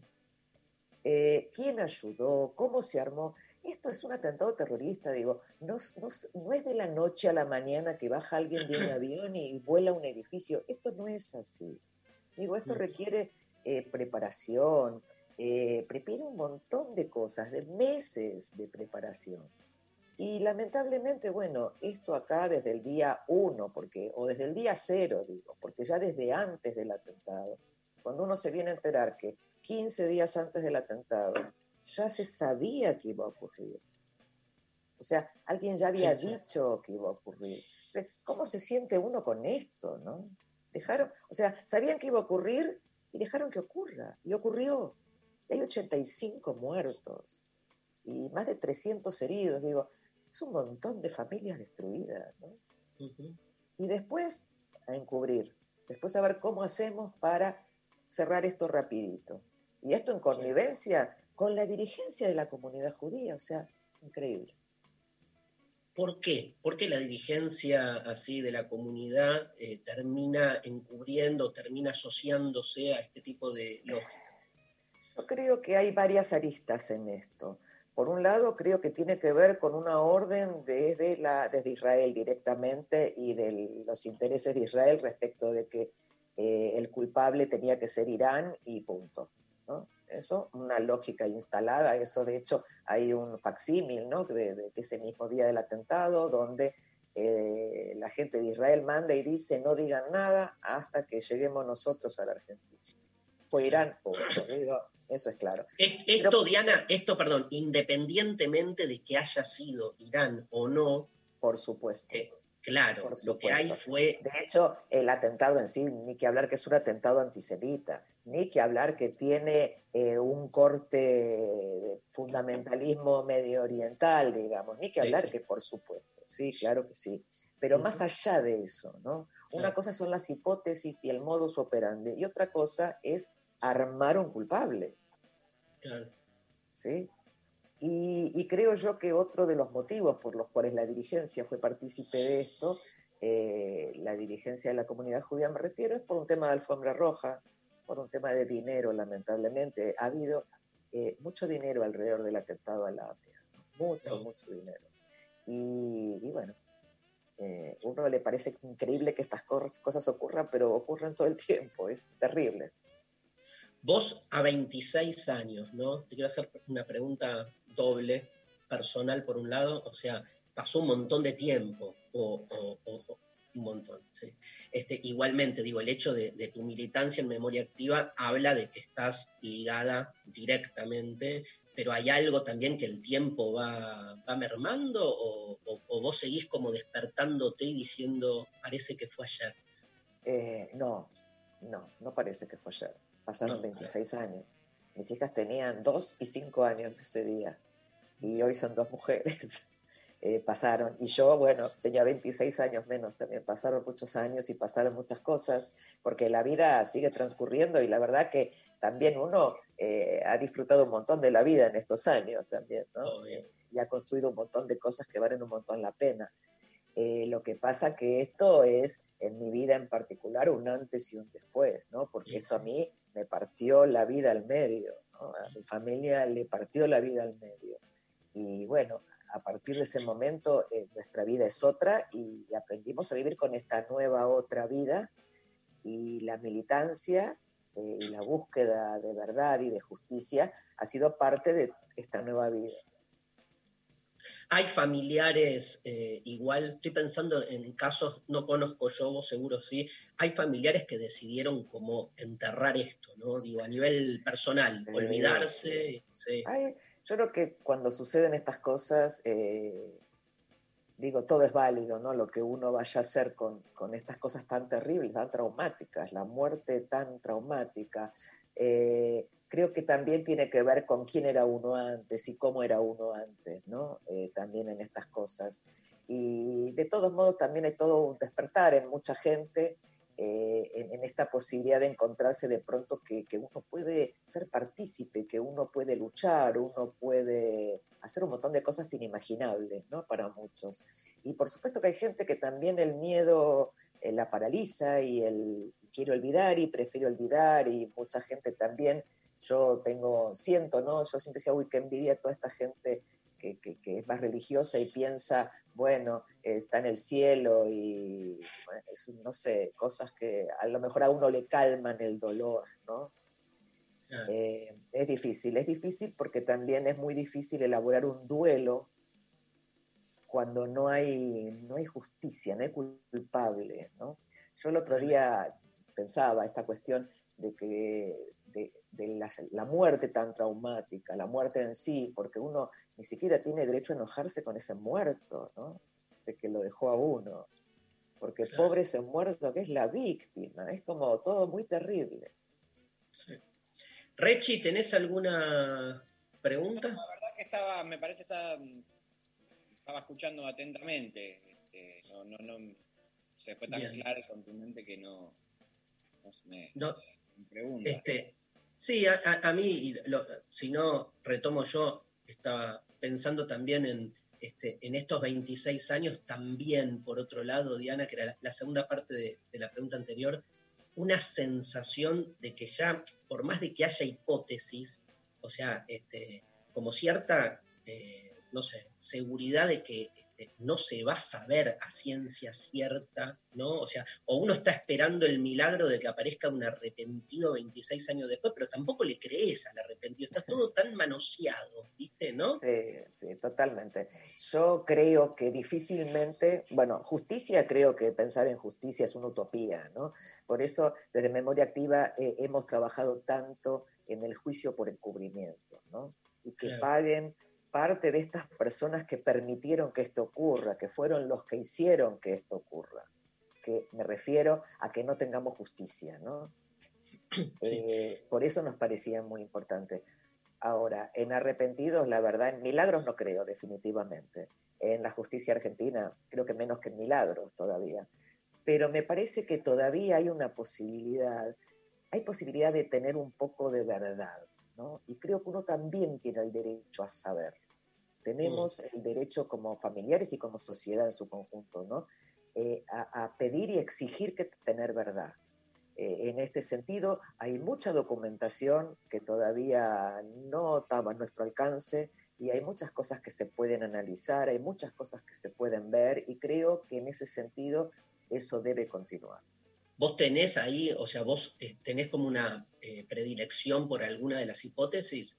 quién ayudó, cómo se armó. Esto es un atentado terrorista, digo, no es de la noche a la mañana que baja alguien de un avión y vuela un edificio, esto no es así. Digo, esto requiere preparación, requiere un montón de cosas, de meses de preparación. Y lamentablemente, bueno, esto acá desde el día 1, o desde el día 0, digo, porque ya desde antes del atentado, cuando uno se viene a enterar que 15 días antes del atentado ya se sabía que iba a ocurrir. O sea, alguien ya había dicho que iba a ocurrir. O sea, ¿cómo se siente uno con esto, no? Sabían que iba a ocurrir y dejaron que ocurra. Y ocurrió. Y hay 85 muertos y más de 300 heridos. Digo, es un montón de familias destruidas, ¿no? Y después a encubrir. Después a ver cómo hacemos para cerrar esto rapidito. Y esto en connivencia con la dirigencia de la comunidad judía, o sea, increíble. ¿Por qué? ¿Por qué la dirigencia así de la comunidad termina encubriendo, termina asociándose a este tipo de lógicas? Yo creo que hay varias aristas en esto. Por un lado, creo que tiene que ver con una orden desde Israel directamente y de los intereses de Israel respecto de que el culpable tenía que ser Irán y punto, ¿no? Eso, una lógica instalada. Eso, de hecho, hay un facsímil, ¿no? de ese mismo día del atentado, donde la gente de Israel manda y dice no digan nada hasta que lleguemos nosotros a la Argentina. Fue Irán, punto, digo, eso es claro. Diana, perdón, independientemente de que haya sido Irán o no. Por supuesto. Claro, por supuesto. Lo que hay fue... De hecho, el atentado en sí, ni que hablar que es un atentado antisemita, ni que hablar que tiene un corte de fundamentalismo medio oriental, digamos, ni que hablar que por supuesto, sí, claro que sí. Pero más allá de eso, ¿no? Una cosa son las hipótesis y el modus operandi, y otra cosa es armar un culpable. Claro. ¿Sí? Y creo yo que otro de los motivos por los cuales la dirigencia fue partícipe de esto, la dirigencia de la comunidad judía me refiero, es por un tema de alfombra roja, por un tema de dinero, lamentablemente. Ha habido mucho dinero alrededor del atentado a la APIA, mucho dinero. Y bueno, uno le parece increíble que estas cosas ocurran, pero ocurren todo el tiempo, es terrible. Vos a 26 años, ¿no? Te quiero hacer una pregunta doble, personal por un lado, o sea, pasó un montón de tiempo, o un montón, ¿sí? Igualmente, digo, el hecho de tu militancia en Memoria Activa habla de que estás ligada directamente, pero hay algo también que el tiempo va mermando, o vos seguís como despertándote y diciendo, parece que fue ayer. No parece que fue ayer. Pasaron 26 años. Mis hijas tenían 2 y 5 años ese día. Y hoy son 2 mujeres. Pasaron. Y yo, bueno, tenía 26 años menos también. Pasaron muchos años y pasaron muchas cosas, porque la vida sigue transcurriendo y la verdad que también uno ha disfrutado un montón de la vida en estos años también, ¿no? Y ha construido un montón de cosas que valen un montón la pena. Lo que pasa que esto es, en mi vida en particular, un antes y un después, ¿no? Porque esto a mí me partió la vida al medio, ¿no? A mi familia le partió la vida al medio. Y bueno, a partir de ese momento nuestra vida es otra y aprendimos a vivir con esta nueva otra vida, y la militancia y la búsqueda de verdad y de justicia ha sido parte de esta nueva vida. Hay familiares, igual, estoy pensando en casos, no conozco yo, vos seguro sí, hay familiares que decidieron como enterrar esto, ¿no? Digo, a nivel personal, olvidarse. Sí. Yo creo que cuando suceden estas cosas, todo es válido, ¿no? Lo que uno vaya a hacer con estas cosas tan terribles, tan traumáticas, la muerte tan traumática, creo que también tiene que ver con quién era uno antes y cómo era uno antes, ¿no? También en estas cosas. Y de todos modos también hay todo un despertar en mucha gente, en esta posibilidad de encontrarse de pronto que uno puede ser partícipe, que uno puede luchar, uno puede hacer un montón de cosas inimaginables, ¿no? Para muchos. Y por supuesto que hay gente que también el miedo la paraliza y quiere olvidar y prefiere olvidar, y mucha gente también, siento, ¿no? Yo siempre decía, uy, qué envidia a toda esta gente que es más religiosa y piensa, bueno, está en el cielo y, bueno, no sé, cosas que a lo mejor a uno le calman el dolor, ¿no? Claro. Es difícil porque también es muy difícil elaborar un duelo cuando no hay justicia, no hay culpable, ¿no? Yo el otro día pensaba esta cuestión de la muerte tan traumática, la muerte en sí, porque uno ni siquiera tiene derecho a enojarse con ese muerto, ¿no? De que lo dejó a uno. Porque Claro. pobre ese muerto que es la víctima, es como todo muy terrible. Sí. Rechi, ¿tenés alguna pregunta? No, la verdad que estaba escuchando atentamente. No se fue tan Bien. claro y contundente que no me pregunta. Sí, a mí, si no retomo yo, estaba pensando también en estos 26 años, también, por otro lado, Diana, que era la segunda parte de la pregunta anterior, una sensación de que ya, por más de que haya hipótesis, o sea, como cierta, no sé, seguridad de que no se va a saber a ciencia cierta, ¿no? O sea, o uno está esperando el milagro de que aparezca un arrepentido 26 años después, pero tampoco le crees al arrepentido, está todo tan manoseado, ¿viste? ¿No? Sí, totalmente. Yo creo que difícilmente, bueno, justicia, creo que pensar en justicia es una utopía, ¿no? Por eso, desde Memoria Activa hemos trabajado tanto en el juicio por encubrimiento, ¿no? Y que Claro. paguen parte de estas personas que permitieron que esto ocurra, que fueron los que hicieron que esto ocurra. Que me refiero a que no tengamos justicia, ¿no? Sí. Por eso nos parecía muy importante. Ahora, en arrepentidos, la verdad, en milagros no creo, definitivamente. En la justicia argentina, creo que menos que en milagros todavía. Pero me parece que todavía hay posibilidad de tener un poco de verdad, ¿no? Y creo que uno también tiene el derecho a saber. Tenemos el derecho como familiares y como sociedad en su conjunto, ¿no? A pedir y exigir tener verdad. En este sentido, hay mucha documentación que todavía no estaba a nuestro alcance y hay muchas cosas que se pueden analizar, hay muchas cosas que se pueden ver y creo que en ese sentido eso debe continuar. ¿Vos tenés ahí, o sea, vos tenés como una predilección por alguna de las hipótesis?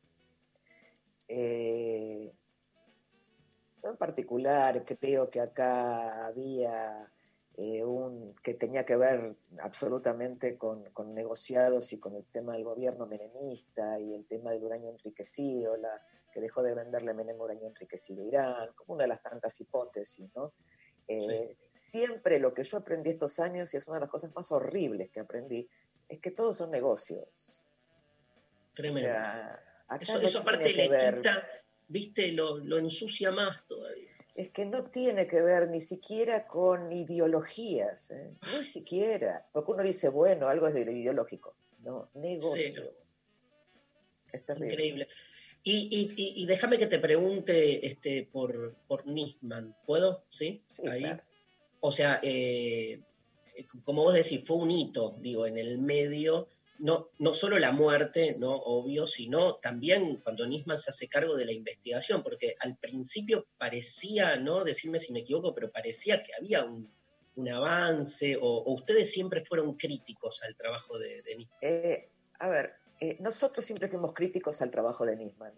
En particular, creo que acá había que tenía que ver absolutamente con negociados y con el tema del gobierno menemista y el tema del uranio enriquecido, que dejó de venderle Menem uranio enriquecido a Irán, como una de las tantas hipótesis, ¿no? Sí. Siempre lo que yo aprendí estos años, y es una de las cosas más horribles que aprendí, es que todos son negocios. Tremendo. O sea, acá eso no aparte tiene que le ver, quita, viste, lo ensucia más todavía. es que no tiene que ver ni siquiera con ideologías, ni siquiera, porque uno dice, bueno, algo es de ideológico, no, negocio. Cero. Es terrible. Increíble. Y déjame que te pregunte por Nisman, ¿puedo? Sí, ahí. Claro. O sea, como vos decís, fue un hito, digo, en el medio, no solo la muerte, no obvio, sino también cuando Nisman se hace cargo de la investigación, porque al principio parecía, ¿no? Decirme si me equivoco, pero parecía que había un avance, o ustedes siempre fueron críticos al trabajo de Nisman. Nosotros siempre fuimos críticos al trabajo de Nisman.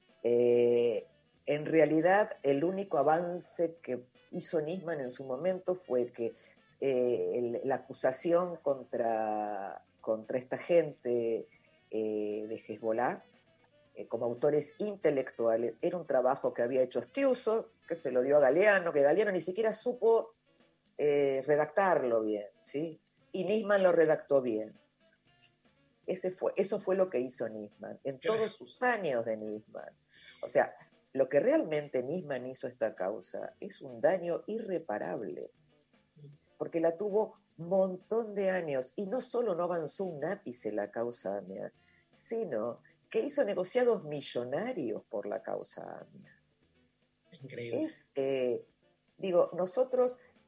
En realidad, el único avance que hizo Nisman en su momento fue que la acusación contra esta gente de Hezbollah, como autores intelectuales, era un trabajo que había hecho Stiuso, que se lo dio a Galeano, que Galeano ni siquiera supo redactarlo bien, ¿sí? Y Nisman lo redactó bien. Eso fue lo que hizo Nisman en todos sus años de Nisman. O sea, lo que realmente Nisman hizo a esta causa es un daño irreparable, porque la tuvo un montón de años y no solo no avanzó un ápice la causa AMIA, sino que hizo negociados millonarios por la causa AMIA. Increíble. Nosotros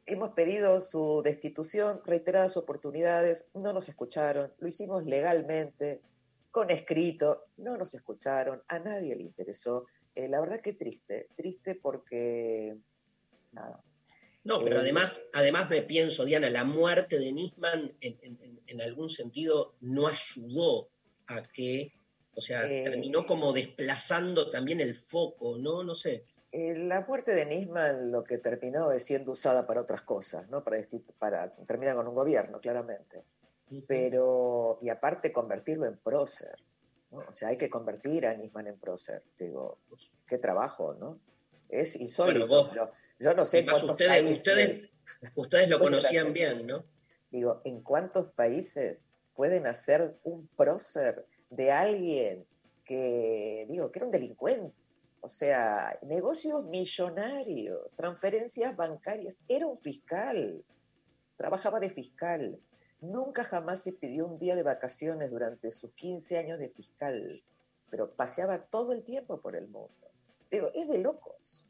Hemos pedido su destitución reiteradas oportunidades, no nos escucharon, lo hicimos legalmente, con escrito, no nos escucharon, a nadie le interesó. La verdad que triste porque, nada. No, pero además me pienso, Diana, la muerte de Nisman en algún sentido no ayudó a que, o sea, terminó como desplazando también el foco, ¿no? No sé. La muerte de Nisman lo que terminó es siendo usada para otras cosas, ¿no? Para terminar con un gobierno, claramente. Pero, y aparte convertirlo en prócer, ¿no? O sea, hay que convertir a Nisman en prócer. Digo, pues, qué trabajo, ¿no? Es insólito, Bueno, pero yo no sé cuántos países... Ustedes lo conocían bien, ¿no? Digo, ¿en cuántos países pueden hacer un prócer de alguien que era un delincuente? O sea, negocios millonarios, transferencias bancarias. Era un fiscal, trabajaba de fiscal. Nunca jamás se pidió un día de vacaciones durante sus 15 años de fiscal, pero paseaba todo el tiempo por el mundo. Digo, es de locos.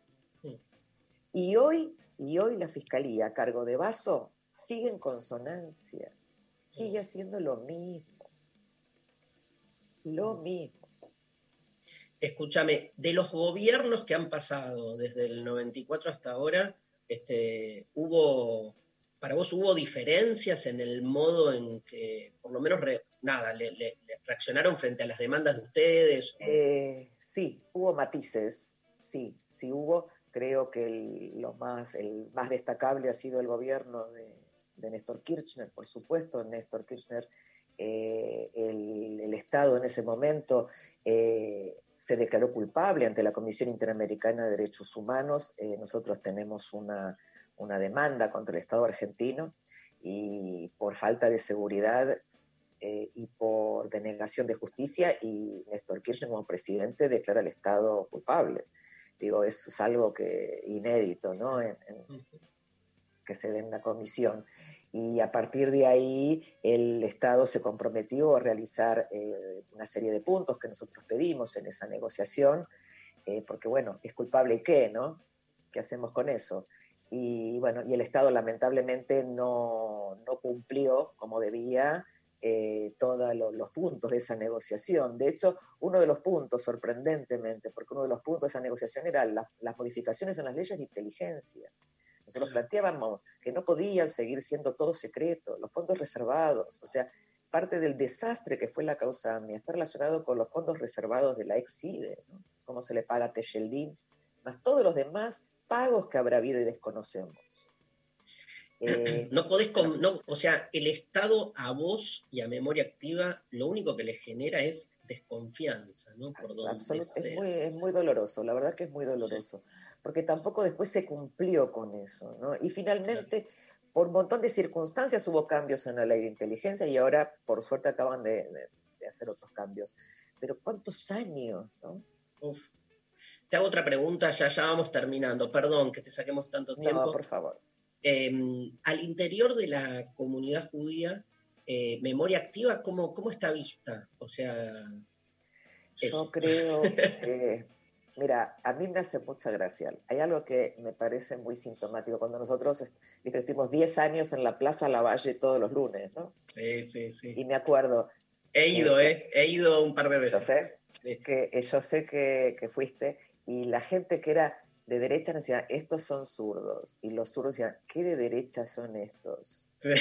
Y hoy la fiscalía a cargo de Basso sigue en consonancia, sigue haciendo lo mismo. Lo mismo. Escúchame, de los gobiernos que han pasado desde el 94 hasta ahora, ¿para vos hubo diferencias en el modo en que, por lo menos, le reaccionaron frente a las demandas de ustedes? Sí, hubo matices, sí hubo. Creo que el más destacable ha sido el gobierno de Néstor Kirchner, por supuesto. Néstor Kirchner, el Estado en ese momento se declaró culpable ante la Comisión Interamericana de Derechos Humanos. Nosotros tenemos una demanda contra el Estado argentino y por falta de seguridad y por denegación de justicia, y Néstor Kirchner como presidente declara al Estado culpable. Digo, eso es algo inédito, ¿no? Que se dé en la comisión. Y a partir de ahí el Estado se comprometió a realizar una serie de puntos que nosotros pedimos en esa negociación, porque bueno, es culpable y qué, ¿no? ¿Qué hacemos con eso? Y bueno, y el Estado lamentablemente no cumplió como debía todos los puntos de esa negociación. De hecho, uno de los puntos, sorprendentemente, porque uno de los puntos de esa negociación eran las modificaciones en las leyes de inteligencia. Nosotros planteábamos que no podían seguir siendo todo secreto, los fondos reservados, o sea, parte del desastre que fue la causa AMIA está relacionado con los fondos reservados de la ex-CIDE, ¿no? Cómo se le paga a Techeldín, más todos los demás pagos que habrá habido y desconocemos. O sea, el Estado a vos y a Memoria Activa lo único que les genera es desconfianza, ¿no? Es muy doloroso, la verdad que es muy doloroso, porque tampoco después se cumplió con eso, ¿no? Y finalmente, por un montón de circunstancias hubo cambios en la ley de inteligencia y ahora, por suerte, acaban de hacer otros cambios. Pero ¿cuántos años, no? Uf. Te hago otra pregunta, ya vamos terminando. Perdón que te saquemos tanto tiempo. No, por favor. Al interior de la comunidad judía, Memoria Activa, ¿cómo está vista? O sea... Yo creo que... Mira, a mí me hace mucha gracia. Hay algo que me parece muy sintomático. Cuando nosotros estuvimos 10 años en la Plaza Lavalle todos los lunes, ¿no? Sí. Y me acuerdo... He ido un par de veces. Yo sé que fuiste, y la gente que era de derecha nos decía, estos son zurdos. Y los zurdos decían, ¿qué de derecha son estos? Sí.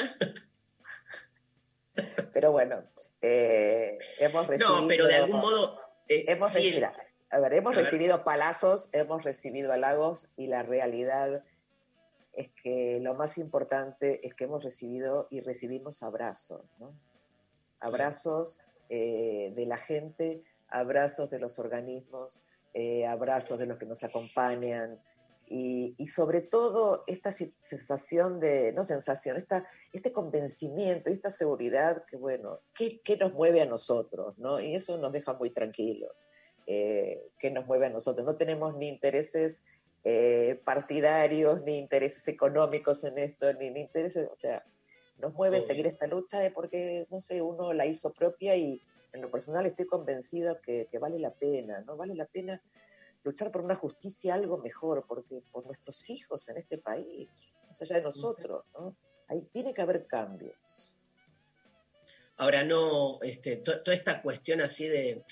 Pero bueno, hemos recibido... No, pero de algún modo... hemos recibido palazos, hemos recibido halagos, y la realidad es que lo más importante es que hemos recibido y recibimos abrazos, ¿no? Abrazos de la gente, abrazos de los organismos, abrazos de los que nos acompañan, y sobre todo esta sensación este convencimiento, esta seguridad que, bueno, ¿qué nos mueve a nosotros, ¿no? Y eso nos deja muy tranquilos. ¿Qué nos mueve a nosotros? No tenemos ni intereses partidarios, ni intereses económicos en esto, ni intereses, o sea, nos mueve seguir esta lucha porque, no sé, uno la hizo propia, y en lo personal estoy convencido que vale la pena, ¿no? Vale la pena luchar por una justicia algo mejor, porque por nuestros hijos en este país, más allá de nosotros, ¿no? Ahí tiene que haber cambios. Ahora, no, toda esta cuestión así de,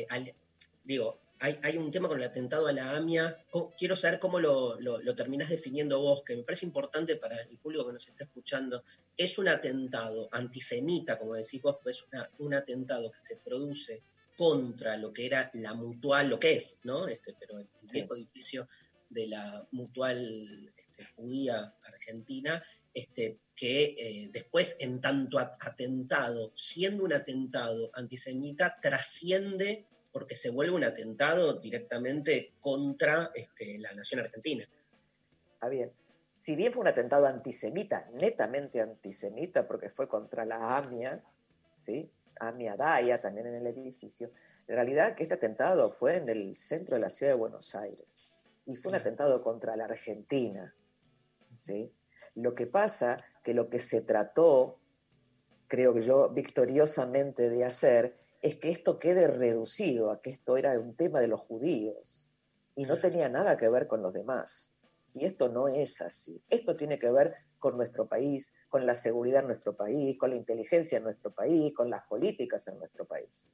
hay un tema con el atentado a la AMIA. Quiero saber cómo lo terminás definiendo vos, que me parece importante para el público que nos está escuchando. Es un atentado antisemita, como decís vos, pues un atentado que se produce contra lo que era la Mutual, lo que es, ¿no? Pero el viejo edificio de la Mutual judía argentina, que después, en tanto atentado, siendo un atentado antisemita, trasciende porque se vuelve un atentado directamente contra la nación argentina. Ah, bien. Si bien fue un atentado antisemita, netamente antisemita, porque fue contra la AMIA, ¿sí? AMIA Daya, también en el edificio, en realidad que este atentado fue en el centro de la ciudad de Buenos Aires, y fue un atentado contra la Argentina, ¿sí? Lo que pasa que lo que se trató, creo que yo, victoriosamente de hacer, es que esto quede reducido a que esto era un tema de los judíos y no tenía nada que ver con los demás. Y esto no es así. Esto tiene que ver con nuestro país, con la seguridad en nuestro país, con la inteligencia en nuestro país, con las políticas en nuestro país.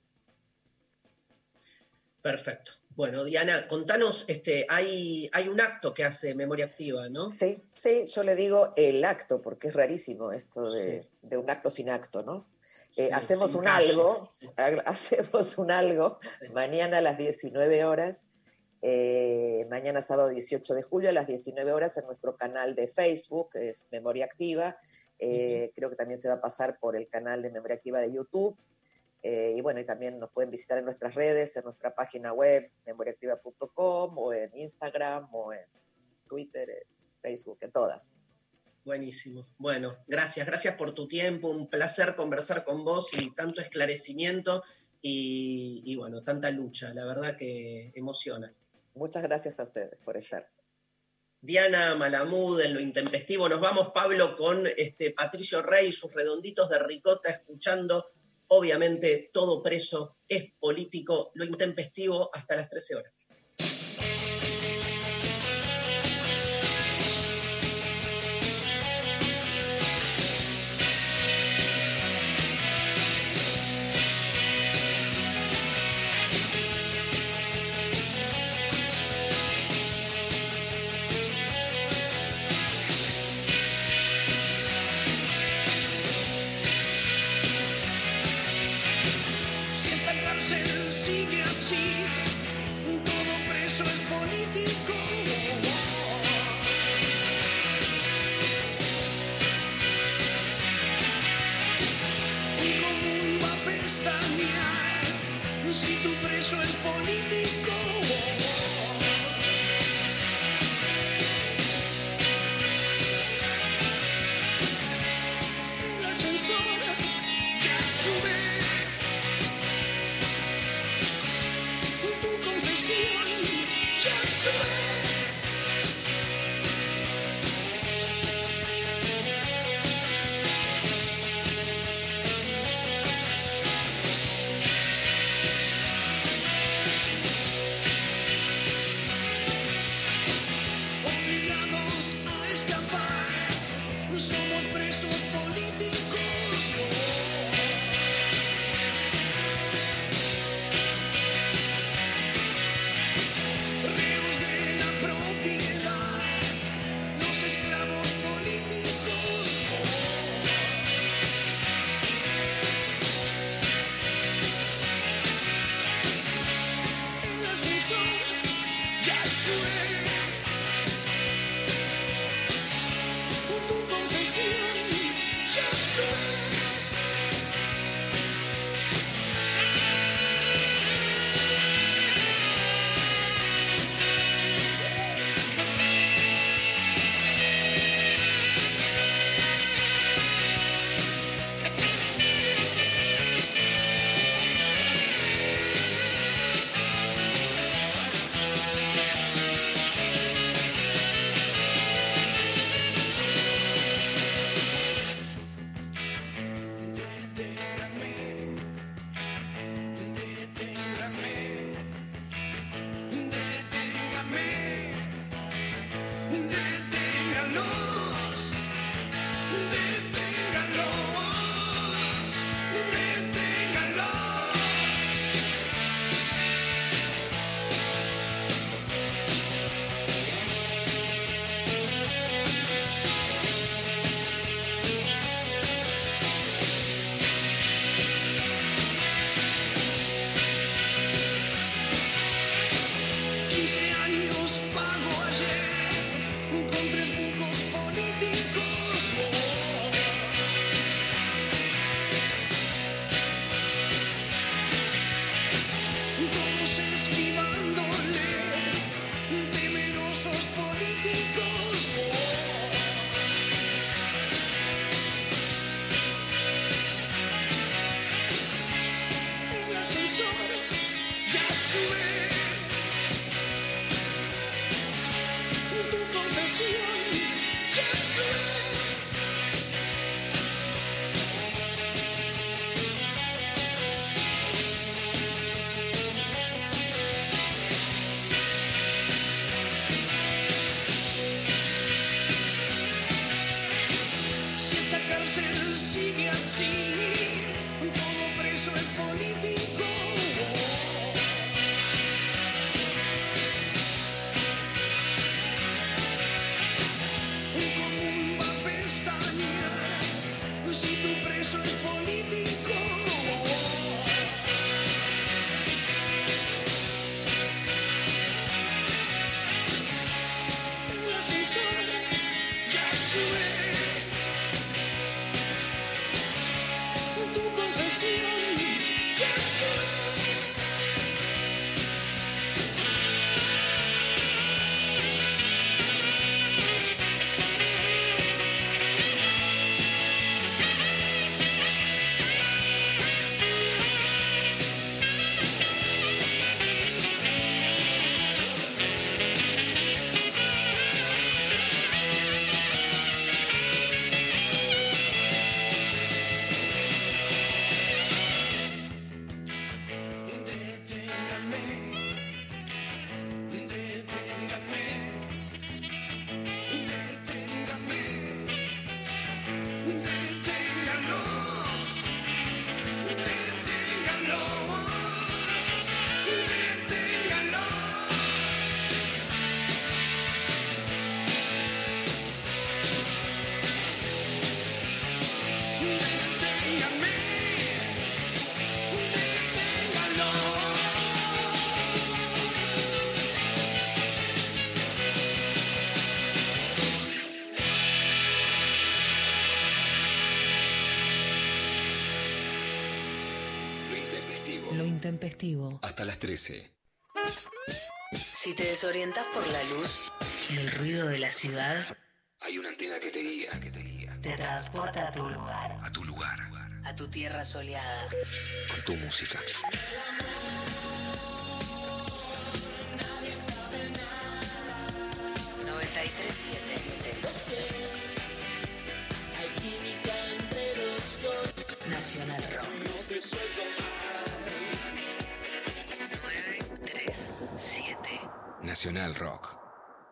Perfecto. Bueno, Diana, contanos, hay un acto que hace Memoria Activa, ¿no? Sí, yo le digo el acto, porque es rarísimo esto de un acto sin acto, ¿no? Hacemos un algo, mañana a las 19 horas, mañana sábado 18 de julio a las 19 horas en nuestro canal de Facebook, que es Memoria Activa. Creo que también se va a pasar por el canal de Memoria Activa de YouTube. Y bueno, y también nos pueden visitar en nuestras redes, en nuestra página web, memoriaactiva.com, o en Instagram, o en Twitter, en Facebook, en todas. Buenísimo. Bueno, gracias por tu tiempo, un placer conversar con vos y tanto esclarecimiento y bueno, tanta lucha, la verdad que emociona. Muchas gracias a ustedes por estar. Diana Malamud en Lo Intempestivo. Nos vamos, Pablo, con Patricio Rey, sus redonditos de ricota, escuchando, obviamente, Todo preso es político, Lo Intempestivo, hasta las 13 horas. Si esta cárcel sigue así, todo preso es político. Común va a pestañear si tu preso es político. El ascensor ya sube. Tu confesión ya sube. Obligados a escapar, somos presos políticos. Reos de la propiedad, los esclavos políticos. El ascensor ya sube. Tu confesión ya sube. 15 años pago ayer con 3 bucos políticos. Todos esquivándole, temerosos políticos. El ascensor ya sube. Tu confesión ya sube. Si esta cárcel sigue así, todo preso es político. Común va a pestañear si tu preso es político. El ascensor ya sube. Tu confesión ya sube. Lo intempestivo. Hasta las 13. Si te desorientas por la luz y el ruido de la ciudad, Hay una antena que te guía. te transporta a tu lugar, A tu lugar. a tu tierra soleada. Con tu música. Nacional Rock. 937. Nacional Rock.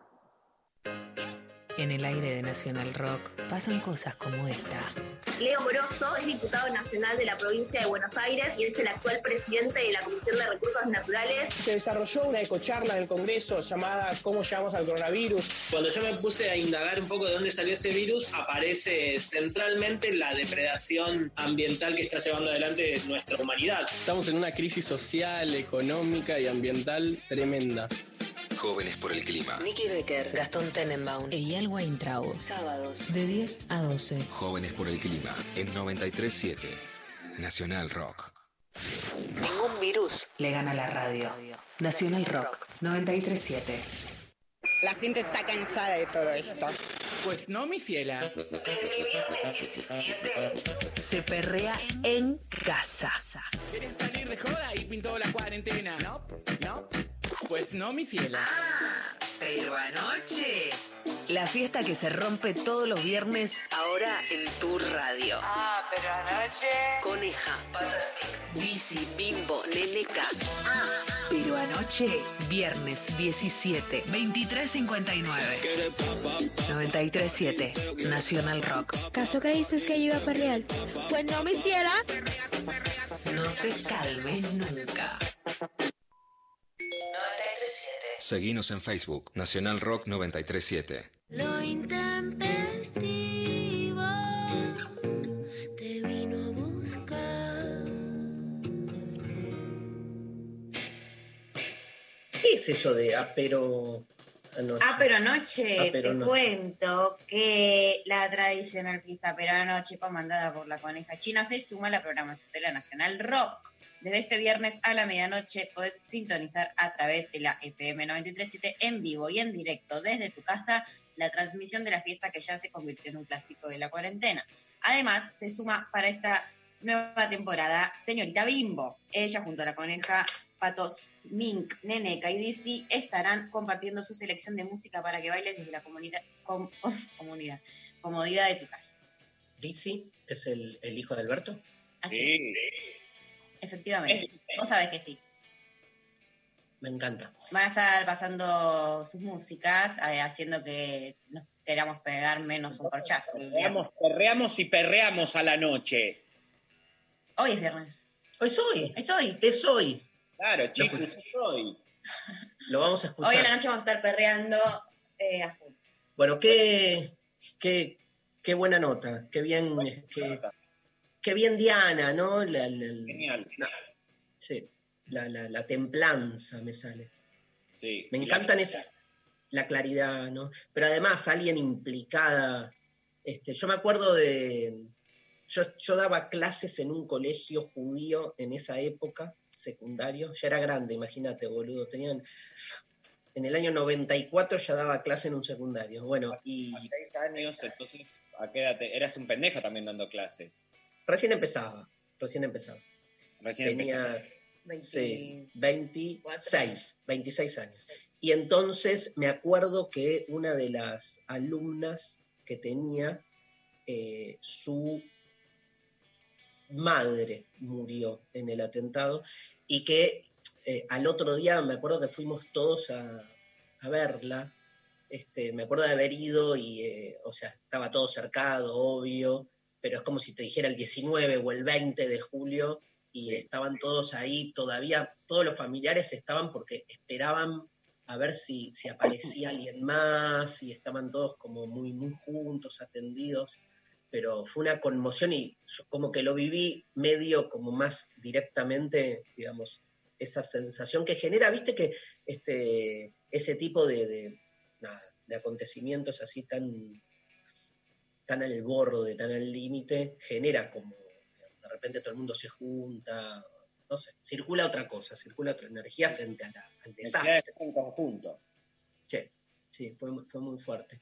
En el aire de Nacional Rock pasan cosas como esta. Leo Moroso es diputado nacional de la provincia de Buenos Aires y es el actual presidente de la Comisión de Recursos Naturales. Se desarrolló una ecocharla en el Congreso llamada ¿Cómo llegamos al coronavirus? Cuando yo me puse a indagar un poco de dónde salió ese virus, aparece centralmente la depredación ambiental que está llevando adelante nuestra humanidad. Estamos en una crisis social, económica y ambiental tremenda. Jóvenes por el clima. Nicky Becker, Gastón Tenenbaum e Eyal Weintraub. Sábados de 10 a 12. Jóvenes por el clima. En 93.7. Nacional Rock. Ningún virus le gana a la radio. Nacional Rock 93.7. La gente está cansada de todo esto. Pues no, mi fiela. Desde el viernes 17 se perrea en casa. ¿Quieres salir de joda y pintó la cuarentena? No, no. Pues no, mi fiela. Pero anoche. La fiesta que se rompe todos los viernes, ahora en tu radio. Pero anoche. Coneja, Patermic, Bici, Bimbo, Neneca. Pero anoche, viernes 17, 23:59. 93.7, Nacional Rock. ¿Caso creíste que yo iba a perrear? Pues no me hiciera. No te calmes nunca. 93.7. Seguinos en Facebook. Nacional Rock 93.7. Lo intempestivo te vino a buscar. ¿Qué es es eso de apero anoche? Pero anoche, Pero te anoche. cuento que la tradicional fiesta Pero Anoche, comandada por la Coneja China, se suma a la programación de la Nacional Rock. Desde este viernes a la medianoche podés sintonizar a través de la FM 93.7 en vivo y en directo desde tu casa la transmisión de la fiesta que ya se convirtió en un clásico de la cuarentena. Además, se suma para esta nueva temporada Señorita Bimbo. Ella junto a la Coneja, Patos, Mink, Neneca y Dizzy estarán compartiendo su selección de música para que bailes desde la comodidad de tu casa. ¿Dizzy es el hijo de Alberto? Así es. Efectivamente. Vos sabés que sí. Me encanta. Van a estar pasando sus músicas, haciendo que nos queramos pegar menos un corchazo. Perreamos y perreamos a la noche. Hoy es viernes. Es hoy. Es hoy. Claro, chicos, es hoy. Lo vamos a escuchar. Hoy a la noche vamos a estar perreando a full. Bueno, qué buena nota. Qué bien Diana, ¿no? Genial. Sí, la templanza me sale. Sí. Me encantan la claridad, ¿no? Pero además alguien implicada. Yo me acuerdo yo daba clases en un colegio judío en esa época, secundario. Ya era grande, imagínate, boludo. En el año 94 ya daba clase en un secundario. Bueno, y... 6 años, entonces, ¿a qué edad recién empezaba también dando clases? Recién empezaba. Tenía 26 años. Y entonces me acuerdo que una de las alumnas que tenía, su madre murió en el atentado y que al otro día me acuerdo que fuimos todos a verla. Me acuerdo de haber ido y, estaba todo cercado, obvio, pero es como si te dijera el 19 o el 20 de julio y estaban todos ahí, todavía todos los familiares estaban porque esperaban a ver si aparecía alguien más y estaban todos como muy, muy juntos, atendidos, pero fue una conmoción y yo como que lo viví medio como más directamente, digamos, esa sensación que genera, viste que ese tipo de acontecimientos así tan al borde, tan al límite, genera como, de repente todo el mundo se junta, no sé, circula otra energía frente al desastre. En conjunto. Sí, fue muy fuerte.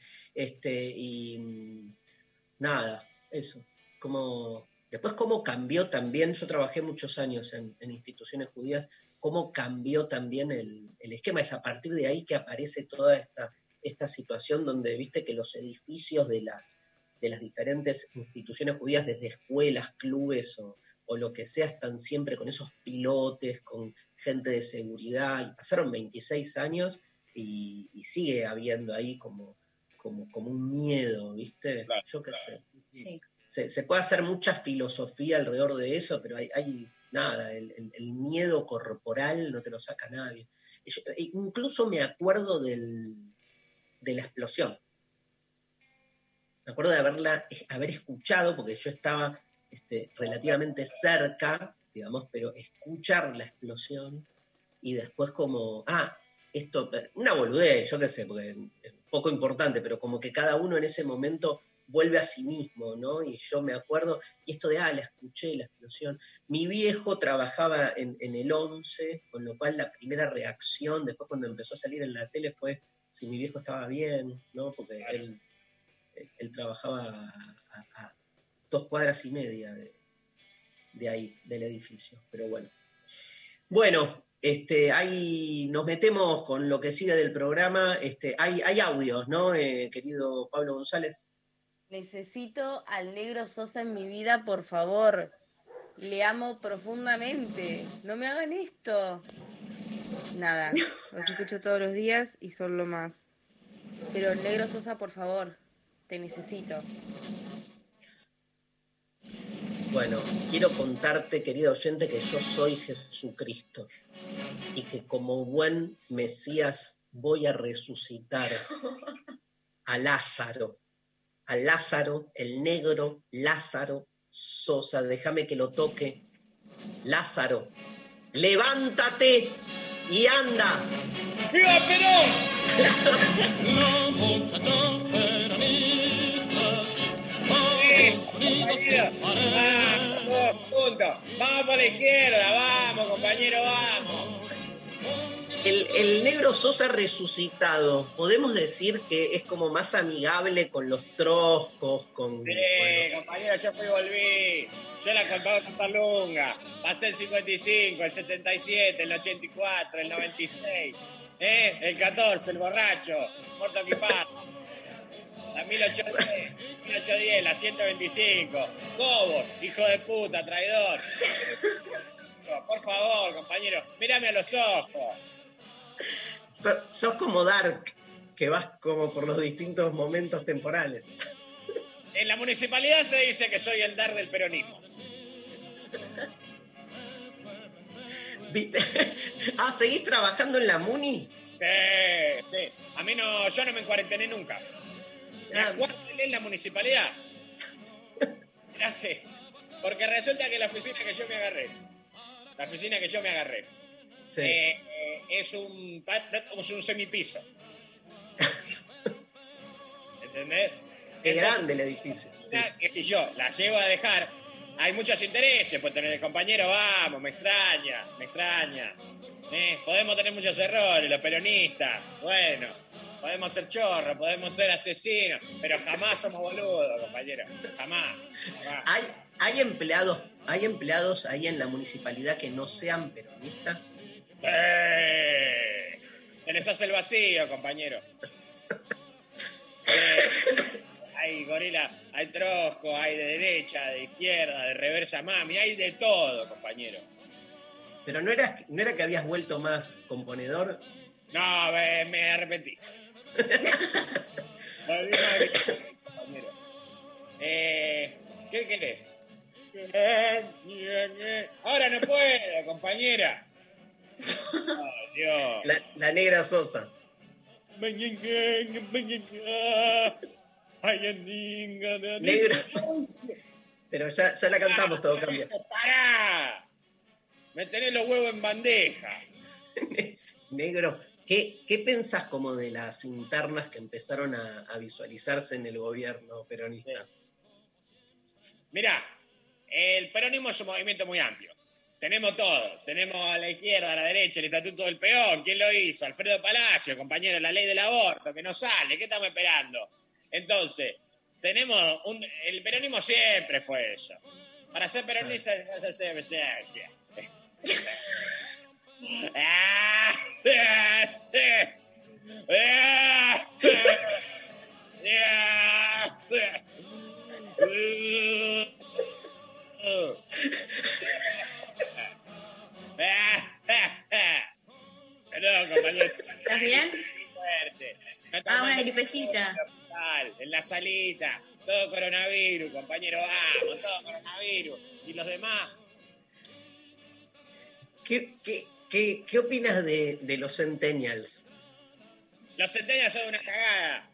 Y nada, eso. Después cómo cambió también, yo trabajé muchos años en instituciones judías, cómo cambió también el esquema. Es a partir de ahí que aparece toda esta situación donde viste que los edificios de las diferentes instituciones judías, desde escuelas, clubes o lo que sea, están siempre con esos pilotes, con gente de seguridad, y pasaron 26 años y sigue habiendo ahí como un miedo, ¿viste? Claro, yo qué sé. Sí. Se puede hacer mucha filosofía alrededor de eso, pero hay nada, el miedo corporal no te lo saca nadie. Incluso me acuerdo de la explosión. Me acuerdo de haber escuchado, porque yo estaba relativamente cerca, digamos, pero escuchar la explosión y después como, esto, una boludez, yo qué sé, porque es poco importante, pero como que cada uno en ese momento vuelve a sí mismo, ¿no? Y yo me acuerdo, y esto de, la escuché, la explosión. Mi viejo trabajaba en el 11, con lo cual la primera reacción, después cuando empezó a salir en la tele, fue si mi viejo estaba bien, ¿no? Porque él trabajaba a 2 cuadras y media de ahí, del edificio, pero bueno. Bueno, ahí nos metemos con lo que sigue del programa. Hay audios, ¿no, querido Pablo González? Necesito al Negro Sosa en mi vida, por favor. Le amo profundamente. No me hagan esto. Nada, los escucho todos los días y son lo más. Pero el Negro Sosa, por favor, te necesito. Bueno, quiero contarte, querido oyente, que yo soy Jesucristo y que como buen Mesías voy a resucitar a Lázaro, el negro Lázaro Sosa. Déjame que lo toque. Lázaro, levántate y anda. ¡Viva Perón! Vamos, todos juntos. Vamos por la izquierda, vamos, compañero, vamos. El negro Sosa resucitado, ¿podemos decir que es como más amigable con los troscos? Compañero, yo fui y volví. Yo la contaba con Palunga. Pasé el 55, el 77, el 84, el 96. El 14, el borracho. Muerto Equipar. La 1810, la 125. Cobo, hijo de puta, traidor. Por favor, compañero, mírame a los ojos. Sos como Dark, que vas como por los distintos momentos temporales. En la municipalidad se dice que soy el Dark del peronismo. ¿Seguís trabajando en la Muni? Sí. A mí no, yo no me encuarentené nunca. Me cuartelé en la municipalidad. Gracias. Porque resulta que la oficina que yo me agarré, sí. Es un semipiso. ¿Entendés? Es grande el edificio. Sí. Que si yo la llego a dejar, hay muchos intereses, pues tener el compañero, vamos, me extraña. Podemos tener muchos errores, los peronistas, bueno, podemos ser chorros, podemos ser asesinos, pero jamás somos boludos, compañero, jamás. ¿Hay empleados ahí en la municipalidad que no sean peronistas? Se les hace el vacío, compañero. Hay gorila, hay trosco, hay de derecha, de izquierda, de reversa mami, hay de todo, compañero. Pero ¿no era que habías vuelto más componedor? No, me arrepentí. Compañero. ¿Qué querés? Ahora no puedo, compañera. Oh, Dios. La negra Sosa. Negro. Pero ya la cantamos, todo cambia. ¡Pará! Me tenés los huevos en bandeja. Negro, ¿qué pensás como de las internas que empezaron a visualizarse en el gobierno peronista? Mirá, el peronismo es un movimiento muy amplio. Tenemos todo. Tenemos a la izquierda, a la derecha, el Estatuto del Peón. ¿Quién lo hizo? Alfredo Palacio, compañero, la ley del aborto, que no sale. ¿Qué estamos esperando? Entonces, el peronismo siempre fue eso. Para ser peronista se hace. Perdón, compañero. ¿Estás bien? Fuerte. Una gripecita. En la salita. Todo coronavirus, compañero. Vamos, todo coronavirus. ¿Y los demás? ¿Qué opinas de los centennials? Los centennials son una cagada.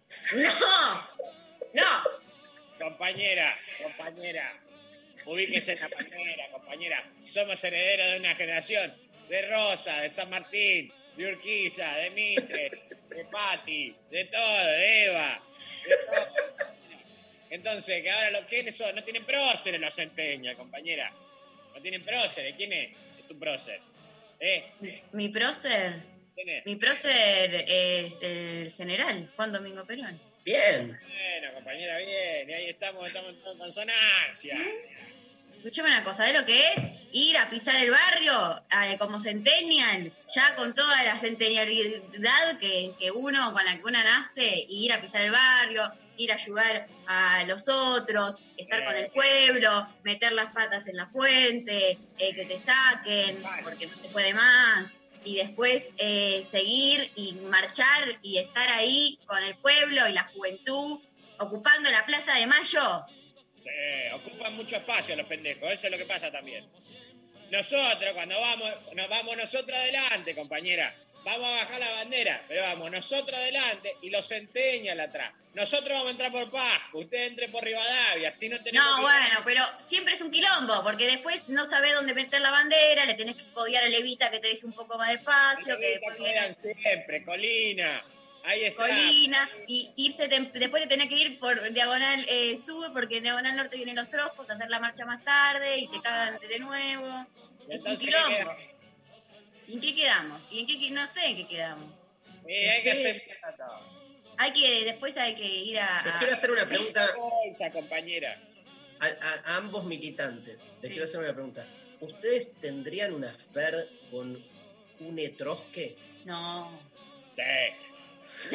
¡No! Compañera. Ubíquese en la palmera, compañera. Somos herederos de una generación de Rosa, de San Martín, de Urquiza, de Mitre, de Pati, de todo, de Eva, de todo. Entonces, que ahora ¿quiénes son? No tienen próceres los centennials, compañera. No tienen próceres. ¿Quién es tu prócer? Mi prócer. ¿Quién es? Mi prócer es el general Juan Domingo Perón. Bien. Bueno, compañera, bien. Y ahí estamos en consonancia. Escuchame una cosa, ¿sabés lo que es? Ir a pisar el barrio como centennial, ya con toda la centenialidad con la que uno nace, y ir a pisar el barrio, ir a ayudar a los otros, estar con el pueblo, meter las patas en la fuente, que te saquen, porque no te puede más, y después seguir y marchar y estar ahí con el pueblo y la juventud, ocupando la Plaza de Mayo. Ocupan mucho espacio los pendejos, eso es lo que pasa también. Nosotros, cuando nos vamos nosotros adelante, compañera, vamos a bajar la bandera, pero vamos, nosotros adelante y los centennials atrás. Nosotros vamos a entrar por Pasco, usted entre por Rivadavia, así no tenemos... No, bueno, pero siempre es un quilombo, porque después no sabés dónde meter la bandera, le tenés que codear a Levita que te deje un poco más de espacio, que después viene siempre, Colina, ahí está. Colina, y irse después de tener que ir por Diagonal Sur, porque en Diagonal Norte vienen los troscos, hacer la marcha más tarde y te cagan de nuevo. Es un Entonces, quilombo. ¿Y en qué quedamos? No sé en qué quedamos. Hay que hacer... Después hay que ir a... Les quiero hacer una pregunta bolsa, compañera. A ambos militantes. Les quiero hacer una pregunta. ¿Ustedes tendrían una affair con un etrosque? No. Sí.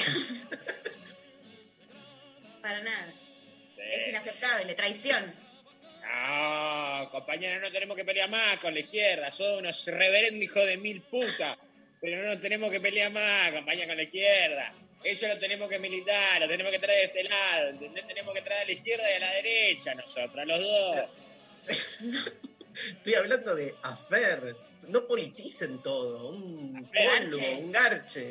Para nada. Sí. Es inaceptable, traición. No, compañera, no tenemos que pelear más con la izquierda. Son unos reverendos hijos de mil putas. Pero no nos tenemos que pelear más, compañera, con la izquierda. Eso lo tenemos que militar, lo tenemos que traer de este lado, ¿entendés? Tenemos que traer a la izquierda y a la derecha nosotros, a los dos. Estoy hablando de affair. No politicen todo. Un polvo, un garche.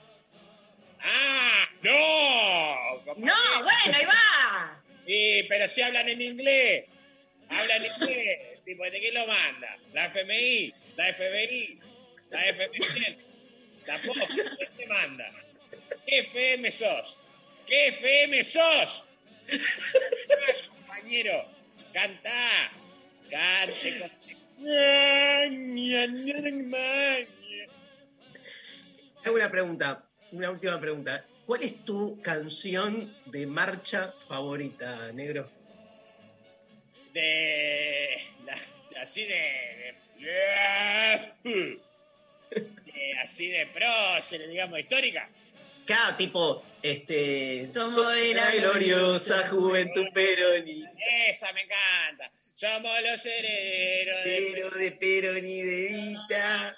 ¡Ah! ¡No! Compañera. ¡No! ¡Bueno, ahí va! Sí, pero si hablan en inglés. Hablan en inglés. Tipo, ¿de quién lo manda? ¿La FMI? ¿La FBI? ¿La FMI? Tampoco. ¿Quién te manda? ¿Qué FM sos? ¿Qué FM sos? Compañero, cantá. Cante. Hago una pregunta, una última pregunta. ¿Cuál es tu canción de marcha favorita, negro? Así de prócer, digamos, histórica. Cada tipo, somos de la gloriosa juventud peronista. Esa me encanta. Somos los herederos de Perón y de Evita.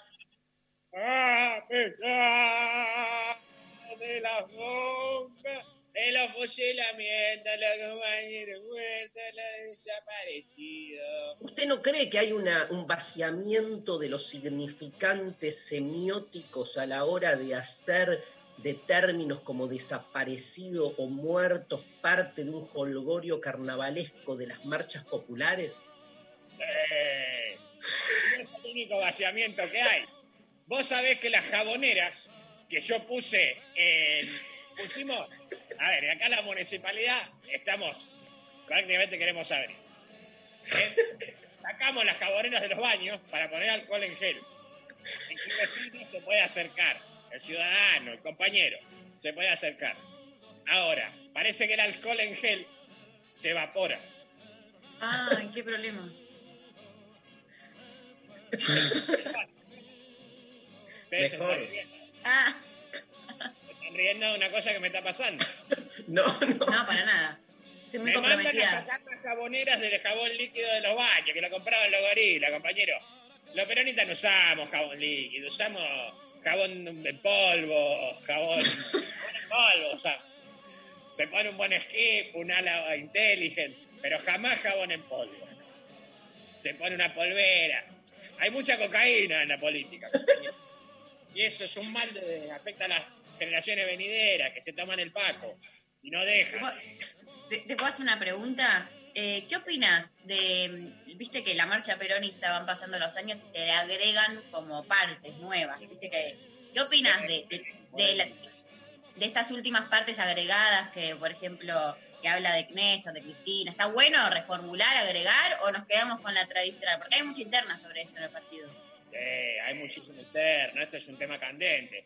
De las bombas, de los fusilamientos, los compañeros muertos, los desaparecidos. ¿Usted no cree que hay un vaciamiento de los significantes semióticos a la hora de hacer de términos como desaparecido o muertos parte de un jolgorio carnavalesco de las marchas populares? No es el único vaciamiento que hay. Vos sabés que las jaboneras que yo pusimos, a ver, acá en la municipalidad estamos, prácticamente queremos abrir. Sacamos las jaboneras de los baños para poner alcohol en gel. El vecino se puede acercar, el ciudadano, el compañero, se puede acercar. Ahora, parece que el alcohol en gel se evapora. Ay, qué problema. Mejor. Se están riendo de una cosa que me está pasando. No, para nada. Estoy muy me comprometida. mandan a sacar las jaboneras del jabón líquido de los baños, que lo compraban los gorilas, compañero. Los peronistas no usamos jabón líquido, usamos jabón en polvo, jabón en polvo, o sea, se pone un buen skip, un ala intelligent, pero jamás jabón en polvo. Se pone una polvera. Hay mucha cocaína en la política, compañero. Y eso es un mal que afecta a las generaciones venideras, que se toman el paco y no dejan. ¿Te puedo hacer una pregunta? ¿Qué opinas de, viste que la marcha peronista van pasando los años y se le agregan como partes nuevas? ¿Viste qué opinas de estas últimas partes agregadas que, por ejemplo, que habla de Néstor, de Cristina? ¿Está bueno reformular, agregar o nos quedamos con la tradicional? Porque hay mucha interna sobre esto en el partido. Hay muchísimo interno, esto es un tema candente.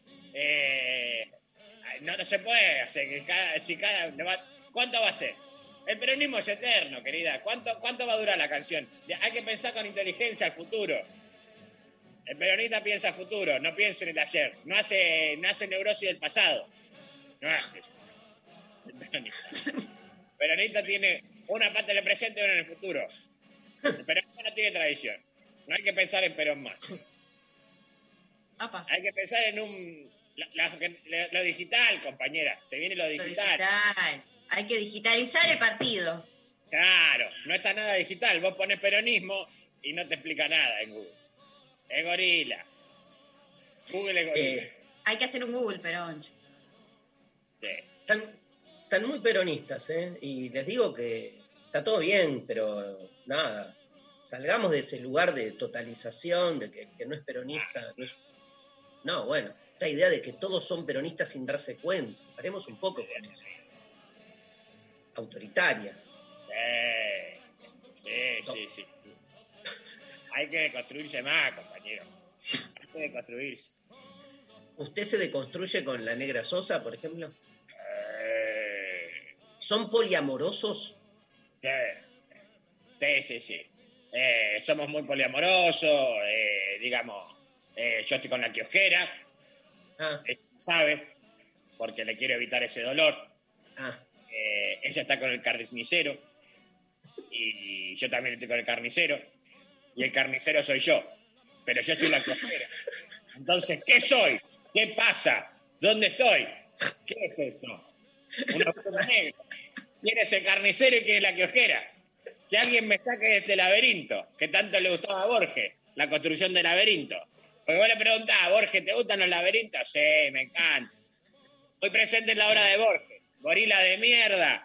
No se puede hacer que ¿cuánto va a ser? El peronismo es eterno, querida. ¿Cuánto va a durar la canción? Hay que pensar con inteligencia al futuro. El peronista piensa al futuro, no piensa en el ayer. No hace neurosis del pasado. No hace eso. El peronista tiene una parte en el presente y una en el futuro. El peronista no tiene tradición. No hay que pensar en Perón más. Apa. Hay que pensar en lo digital, compañera. Se viene lo digital. Hay que digitalizar el partido. Claro, no está nada digital. Vos pones peronismo y no te explica nada en Google. Es gorila. Google es gorila. Hay que hacer un Google Perón. Están muy peronistas, ¿eh? Y les digo que está todo bien, pero nada. Salgamos de ese lugar de totalización, de que no es peronista. No, bueno, esta idea de que todos son peronistas sin darse cuenta. Paremos un poco con eso. Autoritaria. Sí. Hay que deconstruirse más, compañero. Hay que deconstruirse. ¿Usted se deconstruye con la Negra Sosa, por ejemplo? ¿Son poliamorosos? Sí. Somos muy poliamorosos, digamos. Yo estoy con la kiosquera. Ella sabe, porque le quiero evitar ese dolor. Ella está con el carnicero. Y yo también estoy con el carnicero. Y el carnicero soy yo. Pero yo soy la kiosquera. Entonces, ¿qué soy? ¿Qué pasa? ¿Dónde estoy? ¿Qué es esto? Una foto negra. ¿Quién es el carnicero y quién es la kiosquera? Que alguien me saque de este laberinto, que tanto le gustaba a Borges, la construcción del laberinto. Porque vos le preguntás, Borges, ¿te gustan los laberintos? Sí, me encanta. Hoy presente en la obra de Borges. Gorila de mierda.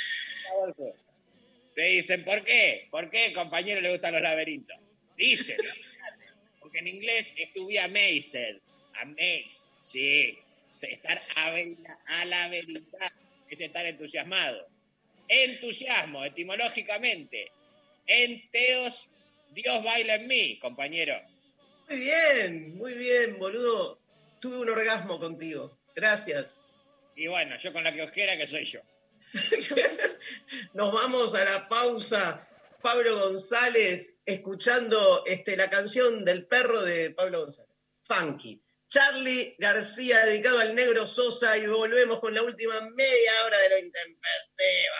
Le dicen, ¿por qué? ¿Por qué, compañero, le gustan los laberintos? Dicen, porque en inglés estuve amazed. Amazed, sí. Estar a la verdad es estar entusiasmado. Entusiasmo, etimológicamente. En teos, Dios baila en mí, compañero. Muy bien, boludo. Tuve un orgasmo contigo. Gracias. Y bueno, yo con la kiosquera que soy yo. Nos vamos a la pausa. Pablo González, escuchando la canción del perro de Pablo González. Funky. Charly García, dedicado al Negro Sosa, y volvemos con la última media hora de lo intempestivo.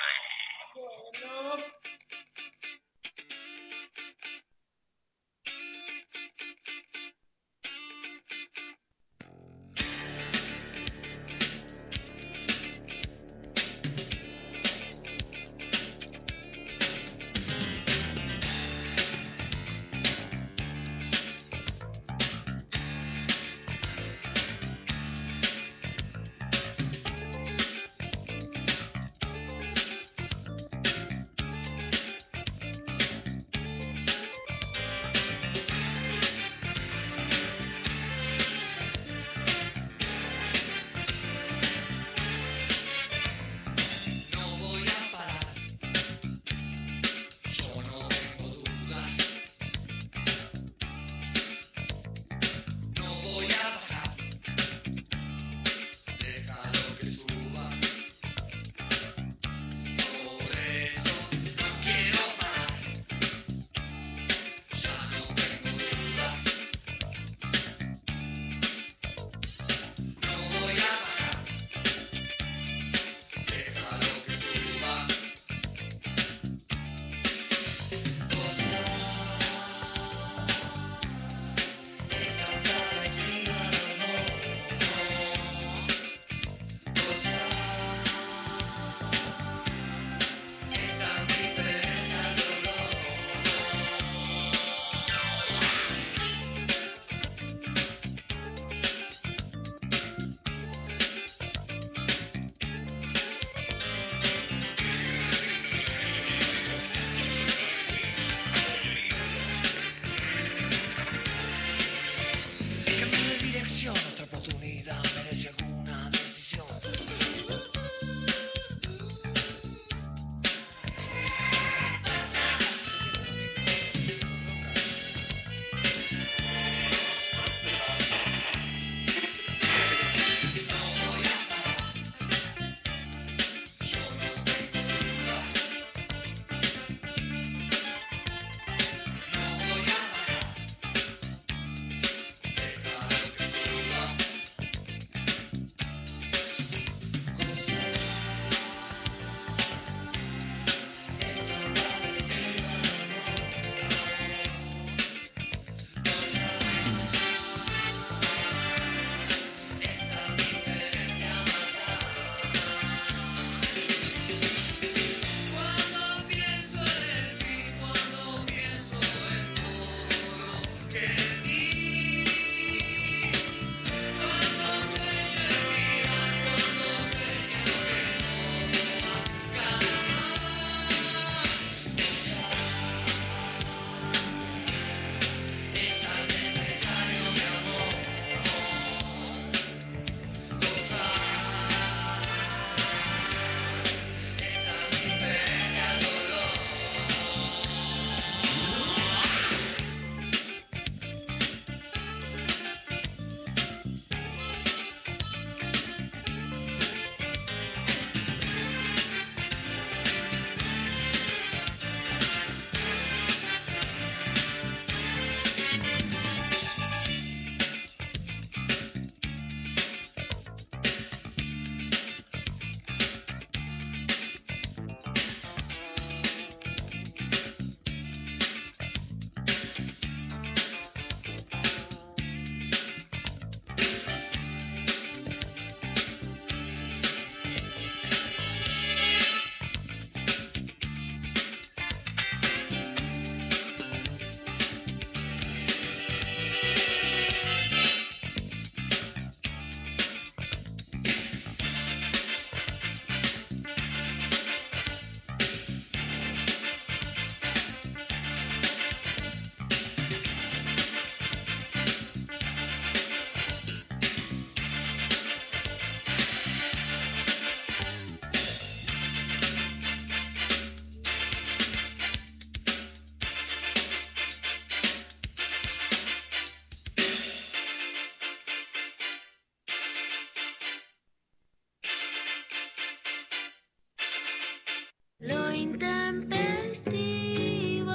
Lo intempestivo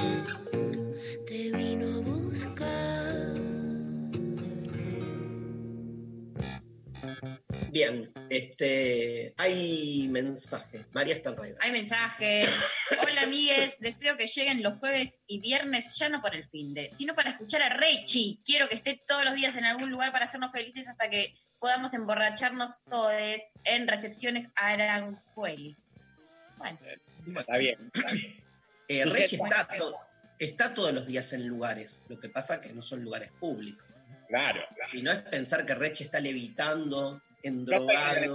te vino a buscar. Bien, hay mensaje. María está en radio. Hay mensaje. Hola, amigues. Deseo que lleguen los jueves y viernes, ya no para el finde, sino para escuchar a Rechi. Quiero que esté todos los días en algún lugar para hacernos felices hasta que podamos emborracharnos todos en recepciones a Aranjueli. Bueno. Está bien, está bien. Rechi está todos los días en lugares. Lo que pasa es que no son lugares públicos. Claro. Si no es pensar que Rechi está levitando, endrogado.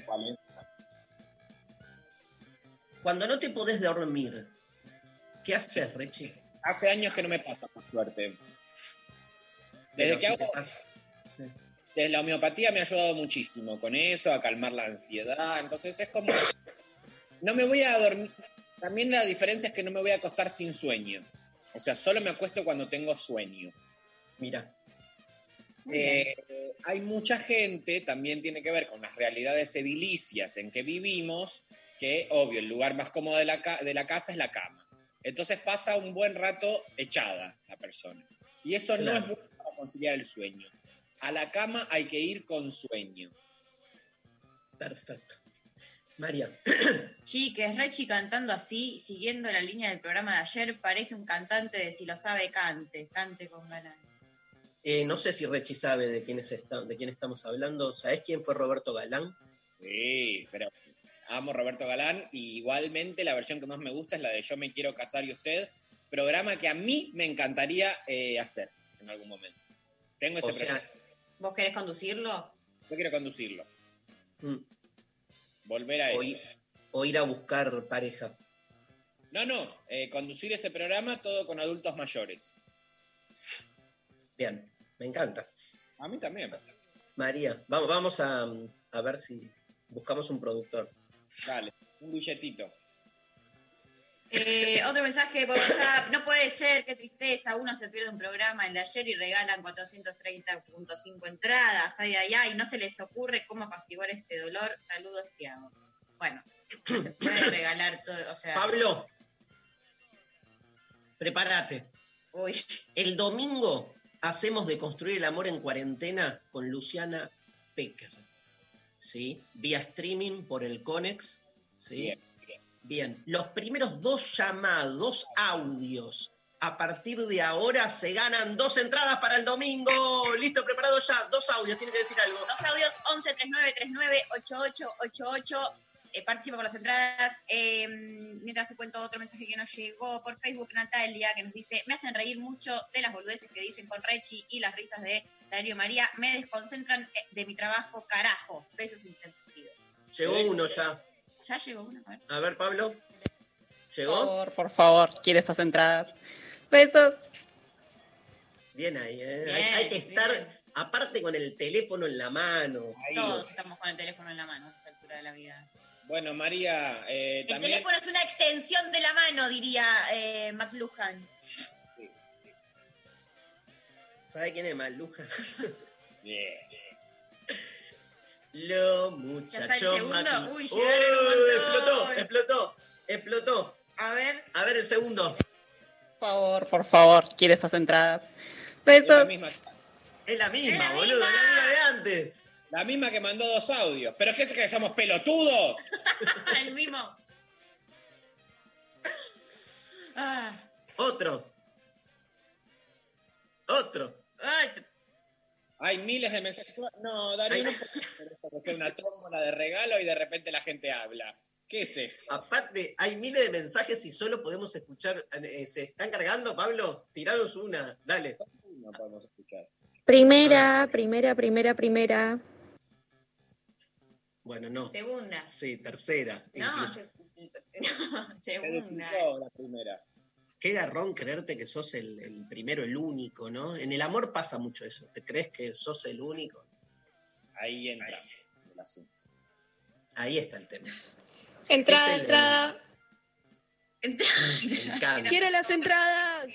Cuando no te podés dormir, ¿qué haces, Rechi? Hace años que no me pasa, por suerte. Desde que hago... Desde la homeopatía me ha ayudado muchísimo con eso, a calmar la ansiedad. Entonces es como... No me voy a dormir... También la diferencia es que no me voy a acostar sin sueño. O sea, solo me acuesto cuando tengo sueño. Mira. Hay mucha gente, también tiene que ver con las realidades edilicias en que vivimos, que, obvio, el lugar más cómodo de la casa es la cama. Entonces pasa un buen rato echada la persona. Y eso no es bueno para conciliar el sueño. A la cama hay que ir con sueño. Perfecto. María. Chiques, Rechi cantando así, siguiendo la línea del programa de ayer, parece un cantante de Si lo sabe, cante con Galán. No sé si Rechi sabe de quién estamos hablando. ¿Sabés quién fue Roberto Galán? Sí, pero amo Roberto Galán, y igualmente la versión que más me gusta es la de Yo me quiero casar y usted, programa que a mí me encantaría hacer en algún momento. Tengo ese proyecto. ¿Vos querés conducirlo? Yo quiero conducirlo. Volver a eso. O ir a buscar pareja. No, conducir ese programa todo con adultos mayores. Bien, me encanta. A mí también. María, vamos a ver si buscamos un productor. Dale, un billetito. Otro mensaje por WhatsApp. No puede ser, qué tristeza. Uno se pierde un programa en la ayer y regalan 430.5 entradas. Ay, no se les ocurre cómo apaciguar este dolor. Saludos, Tiago. Bueno, no se puede regalar todo. O sea... Pablo, prepárate. Uy. El domingo hacemos de Construir el Amor en Cuarentena con Luciana Pecker. ¿Sí? Vía streaming por el Conex. ¿Sí? Bien. Los primeros 2 llamados, audios, a partir de ahora se ganan 2 entradas para el domingo. Listo, preparado ya. 2 audios, tiene que decir algo. 2 audios, 1139398888. Participa con las entradas. Mientras te cuento otro mensaje que nos llegó por Facebook, Natalia, que nos dice: me hacen reír mucho de las boludeces que dicen con Rechi y las risas de Darío María. Me desconcentran de mi trabajo, carajo. Besos intempestivos. Llegó uno ya. Ya llegó uno, a ver, Pablo. ¿Llegó? Por favor, quiere esas entradas. Besos. Bien ahí, Bien, hay que estar, bien. Aparte, con el teléfono en la mano. Todos estamos con el teléfono en la mano a esta altura de la vida. Bueno, María, El también... teléfono es una extensión de la mano, diría McLuhan. ¿Sabe quién es McLuhan? Bien. Lo ¿Ya muchacho está el segundo? McLuhan. Uy, llegaron un montón. Explotó. A ver, el segundo. Por favor, quiere esas entradas. Besos. Es la misma, boludo, la misma de antes. La misma que mandó 2 audios. ¿Pero qué es que somos pelotudos? el mismo. Otro. Hay miles de mensajes. No, Darío, no puede hacer esto, que sea una tómbola de regalo y de repente la gente habla. ¿Qué es esto? Aparte, hay miles de mensajes y solo podemos escuchar. ¿Se están cargando, Pablo? Tiraros una, dale. No podemos escuchar. Primera. Bueno, no. Segunda. Sí, tercera. No, segunda. La primera. Qué garrón creerte que sos el primero, el único, ¿no? En el amor pasa mucho eso. ¿Te crees que sos el único? Ahí entra el asunto. Ahí está el tema. Entrada. ¡Quiero las entradas!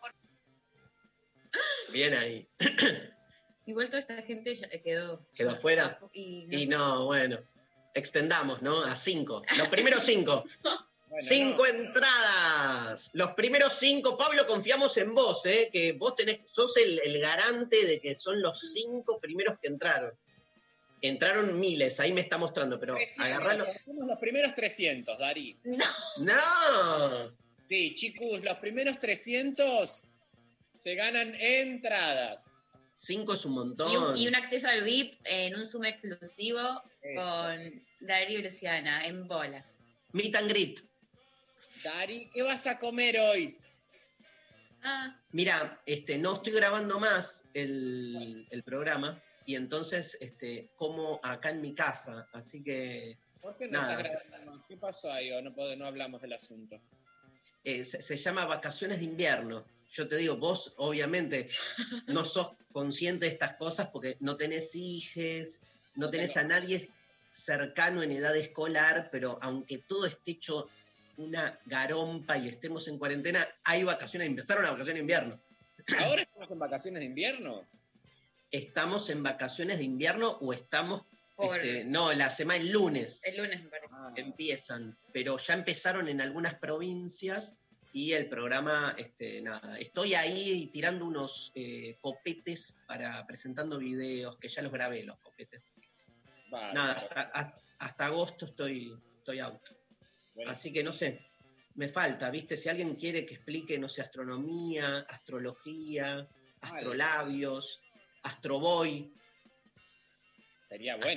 Bien ahí. Igual toda esta gente ya quedó. ¿Quedó afuera? Y no, bueno. Extendamos, ¿no? A 5. Los primeros 5. Bueno, 5 entradas. Los primeros 5, Pablo, confiamos en vos, que vos sos el garante de que son los 5 primeros que entraron. Entraron miles, ahí me está mostrando, pero 300, agarralo. Somos los primeros 300, Dari. ¡No! Sí, chicos, los primeros 300 se ganan entradas. 5 es un montón. Y un acceso al VIP en un Zoom exclusivo Eso. con Darío y Luciana en bolas. Meet and greet. Dari, ¿qué vas a comer hoy? Mira, no estoy grabando más el programa y entonces como acá en mi casa, así que ¿Por qué no nada. estás grabando más? ¿Qué pasó ahí? ¿O no hablamos del asunto? Se llama vacaciones de invierno. Yo te digo, vos obviamente no sos consciente de estas cosas porque no tenés hijes, no tenés a nadie cercano en edad escolar, pero aunque todo esté hecho una garompa y estemos en cuarentena, hay vacaciones, empezaron las vacaciones de invierno. ¿Ahora estamos en vacaciones de invierno? ¿Estamos en vacaciones de invierno o estamos...? El lunes. El lunes me parece. Empiezan, pero ya empezaron en algunas provincias y el programa, nada, estoy ahí tirando unos copetes presentando videos, que ya los grabé, los copetes. Vale, nada, hasta agosto estoy out. Bueno. Así que no sé, me falta, ¿viste? Si alguien quiere que explique, no sé, astronomía, astrología, astrolabios, astroboy. Sería bueno.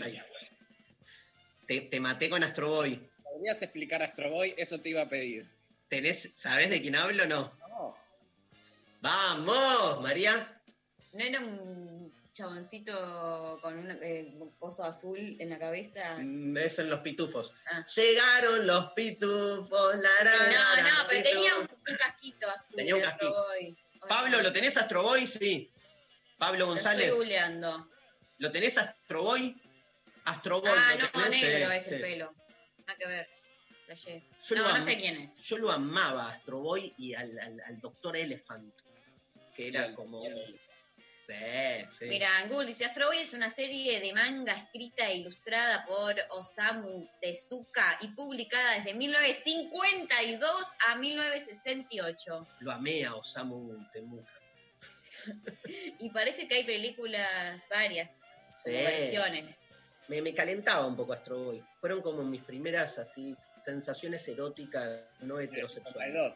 Te maté con Astroboy. ¿Podrías explicar Astroboy? Eso te iba a pedir. ¿Sabés de quién hablo o no? No. ¡Vamos, María! ¿No era un chaboncito con un coso azul en la cabeza? Es en Los Pitufos. Ah. Llegaron los pitufos, No, pero tenía un casquito azul. Tenía un casquito. Pablo, ¿lo tenés Astroboy? Sí. Pablo González. Estoy googleando. ¿Lo tenés Astroboy? Astroboy. No, negro es el pelo. Nada que ver. Flashé. No sé quién es. Yo lo amaba, Astroboy, y al Dr. Elephant, que era como... Sí. Mira, en Google dice, Astro Boy es una serie de manga escrita e ilustrada por Osamu Tezuka y publicada desde 1952 a 1968. Lo amé a Osamu Tezuka. Y parece que hay películas varias, versiones. Me calentaba un poco Astro Boy. Fueron como mis primeras así sensaciones eróticas no heterosexuales.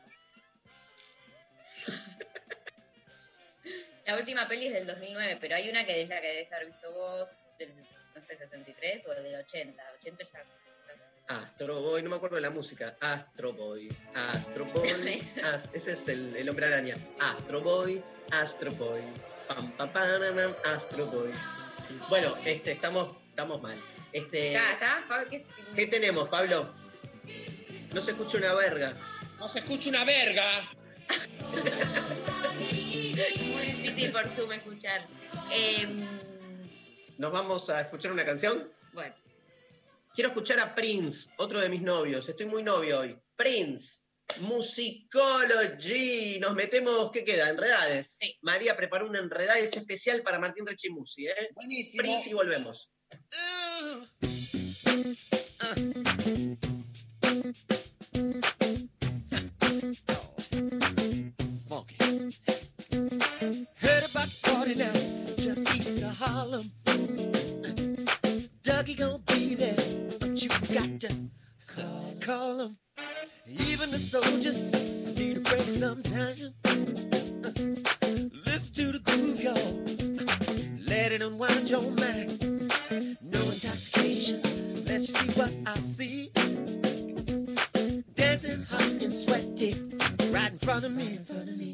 La última peli es del 2009, pero hay una que es la que debes haber visto vos, del, no sé, 63 o del 80. 80 está... Astro Boy, no me acuerdo de la música. Astro Boy. Ese es el Hombre Araña. Astro Boy. Pam, pam, pam, Astro Boy. Bueno, estamos mal. ¿Está? ¿Qué tenemos, Pablo? No se escucha una verga. ¡No se escucha una verga! Muy difícil por Zoom escuchar. ¿Nos vamos a escuchar una canción? Bueno. Quiero escuchar a Prince, otro de mis novios. Estoy muy novio hoy. Prince, Musicology. Nos metemos, ¿qué queda? Enredades. Sí. María preparó una enredades especial para Martín Rechimusi, ¿eh? Buenísimo. Prince y volvemos. Heard about the party now, just east of Harlem. Dougie gonna be there, but you got to call him. Even the soldiers need a break sometime. Listen to the groove, y'all. Let it unwind your mind. No intoxication, let's see what I see. Dancing hot and sweaty, right in front of me.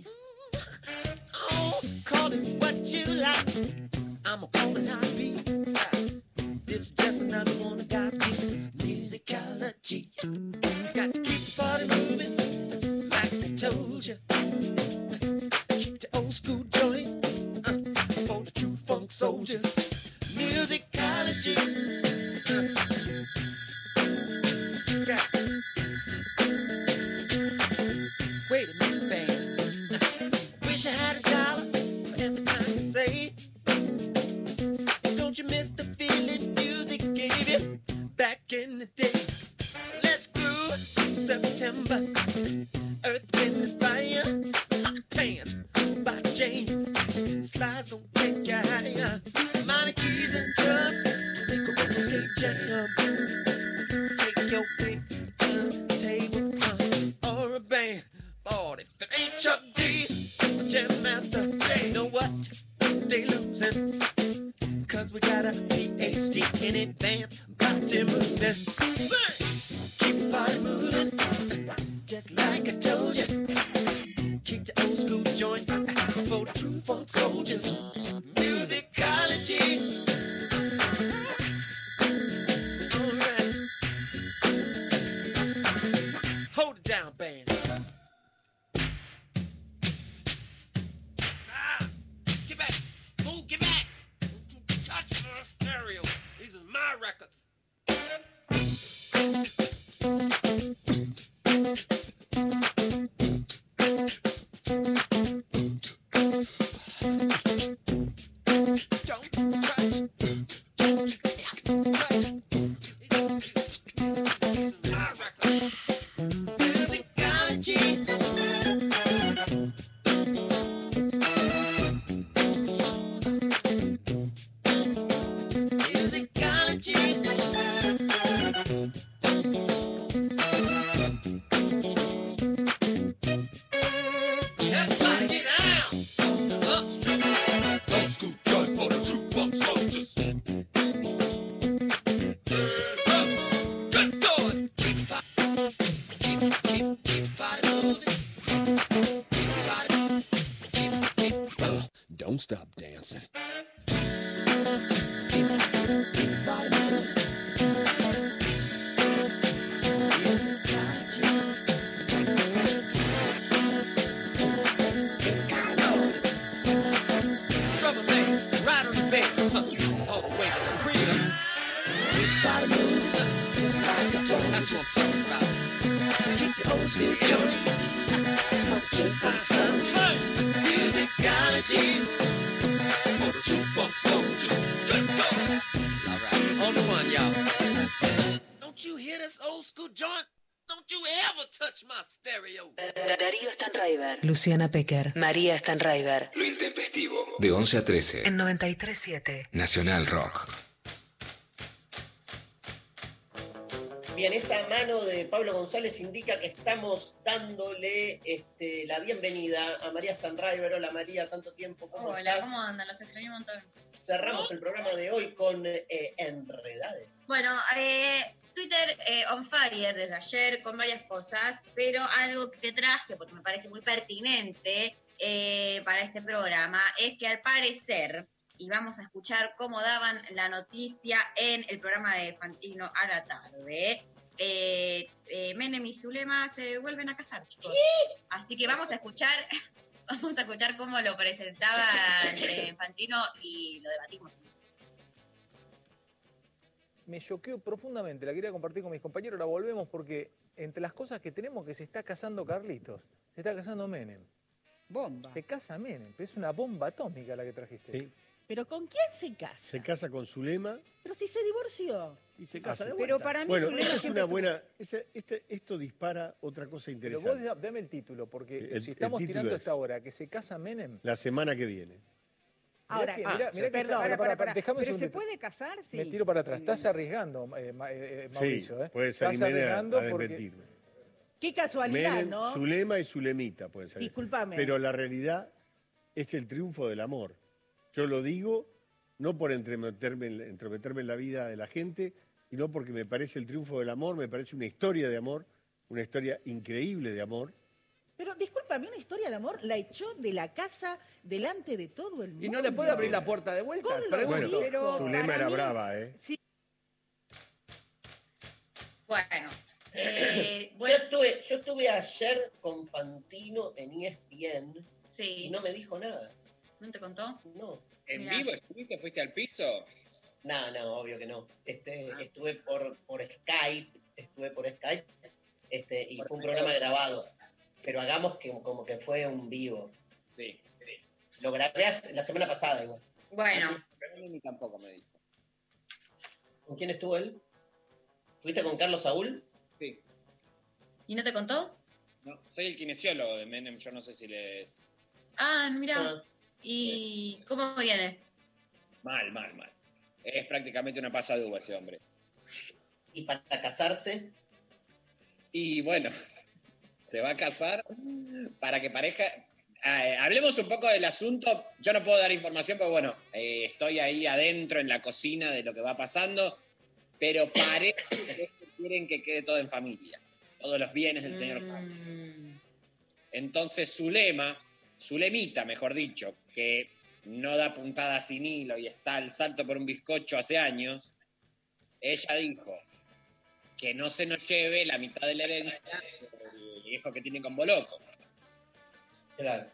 Oh, call it what you like. I'ma call it how it be. This is just another one of God's gifts. Musicology. Got to keep the party moving, like I told you. Keep the old school joint for the true funk soldiers. Musicology. Wait a minute, band. Wish I had $1 for every time you say. Don't you miss the feeling music gave you back in the day? Let's groove September. Take your pick, turntable, or a band. But if it ain't Chuck D, Jam Master, they know what they losing. Cause we got a PhD in advanced body movement. Keep your body moving, just like I told you. Kick the old school joint for the true funk soldiers. Musicology. Alright. Hold it down, band. Get back. Move, get back. Don't you touch the stereo. These are my records. Don't stop dancing. Drummer man, right on the bed, all the way to the crib. Keep your body moving, just like I told you. That's what I'm talking about. Keep the old school joints, for the true funk soldiers. Musicology, for the true funk soldiers. Good God. All right, on the one, y'all. Don't you hear this old school joint? Don't you ever touch my stereo. Darío Stanraiver, Luciana Pecker, María Stanraiver. Lo intempestivo. De 11 a 13. En 93.7. Nacional Rock. Bien, esa mano de Pablo González indica que estamos dándole la bienvenida a María Stanraiver. Hola María, tanto tiempo, ¿cómo Hola, estás? ¿cómo andan? Los extraño un montón. Cerramos el programa de hoy con Enredades. Bueno, Twitter on fire desde ayer con varias cosas, pero algo que traje, porque me parece muy pertinente para este programa, es que al parecer, y vamos a escuchar cómo daban la noticia en el programa de Fantino a la tarde, Menem y Zulema se vuelven a casar, chicos. ¿Qué? Así que vamos a escuchar cómo lo presentaba Fantino y lo debatimos. Me choqueó profundamente, la quería compartir con mis compañeros, la volvemos porque entre las cosas que tenemos que se está casando Carlitos, se está casando Menem. Bomba. Se casa Menem, pero es una bomba atómica la que trajiste. Sí. ¿Pero con quién se casa? Se casa con Zulema Pero si se divorció. y se casa de Pero vuelta. para mí bueno, Zulema esa es siempre una buena... esto dispara otra cosa Pero interesante. vos dame el título, porque El- si estamos el título tirando es- esta hora que se casa Menem... La semana que viene. Ahora, mirá que perdón, está- déjame un ¿pero se segundito. puede casar? Sí. Me tiro para atrás. Estás arriesgando, Mauricio. Sí, puede salir Estás Menem arriesgando a porque... desmentirme. Qué casualidad, Menem, ¿no? Zulema y Zulemita puede ser. Discúlpame. Pero la realidad es el triunfo del amor. Yo lo digo no por entrometerme en la vida de la gente, sino porque me parece el triunfo del amor, me parece una historia de amor, una historia increíble de amor. Pero discúlpame, una historia de amor la echó de la casa delante de todo el mundo. ¿Y no le puede abrir la puerta de vuelta? Con los Bueno, hijos, Zulema para era mí- brava, ¿eh? Sí. Bueno, Yo estuve ayer con Fantino en ESPN y no me dijo nada. ¿No te contó? No. ¿En Mirá. vivo estuviste? ¿Fuiste al piso? No, obvio que no. Estuve por Skype, y fue un programa grabado. Pero hagamos como que fue un vivo. Sí. Lo grabé la semana pasada igual. Bueno. Ni tampoco me dijo. ¿Con quién estuvo él? ¿Estuviste con Carlos Saúl? Sí. ¿Y no te contó? No, soy el kinesiólogo de Menem, yo no sé si les... Ah, mira. ¿Y cómo viene? Mal. Es prácticamente una pasa de uva ese hombre. ¿Y para casarse? Y bueno, se va a casar para que parezca... hablemos un poco del asunto. Yo no puedo dar información, pero bueno, estoy ahí adentro en la cocina de lo que va pasando, pero parece que quieren que quede todo en familia. Todos los bienes del señor Pablo. Entonces Zulemita, mejor dicho, que no da puntada sin hilo y está al salto por un bizcocho hace años, ella dijo que no se nos lleve la mitad de la herencia del viejo que tiene con Boloco. Claro.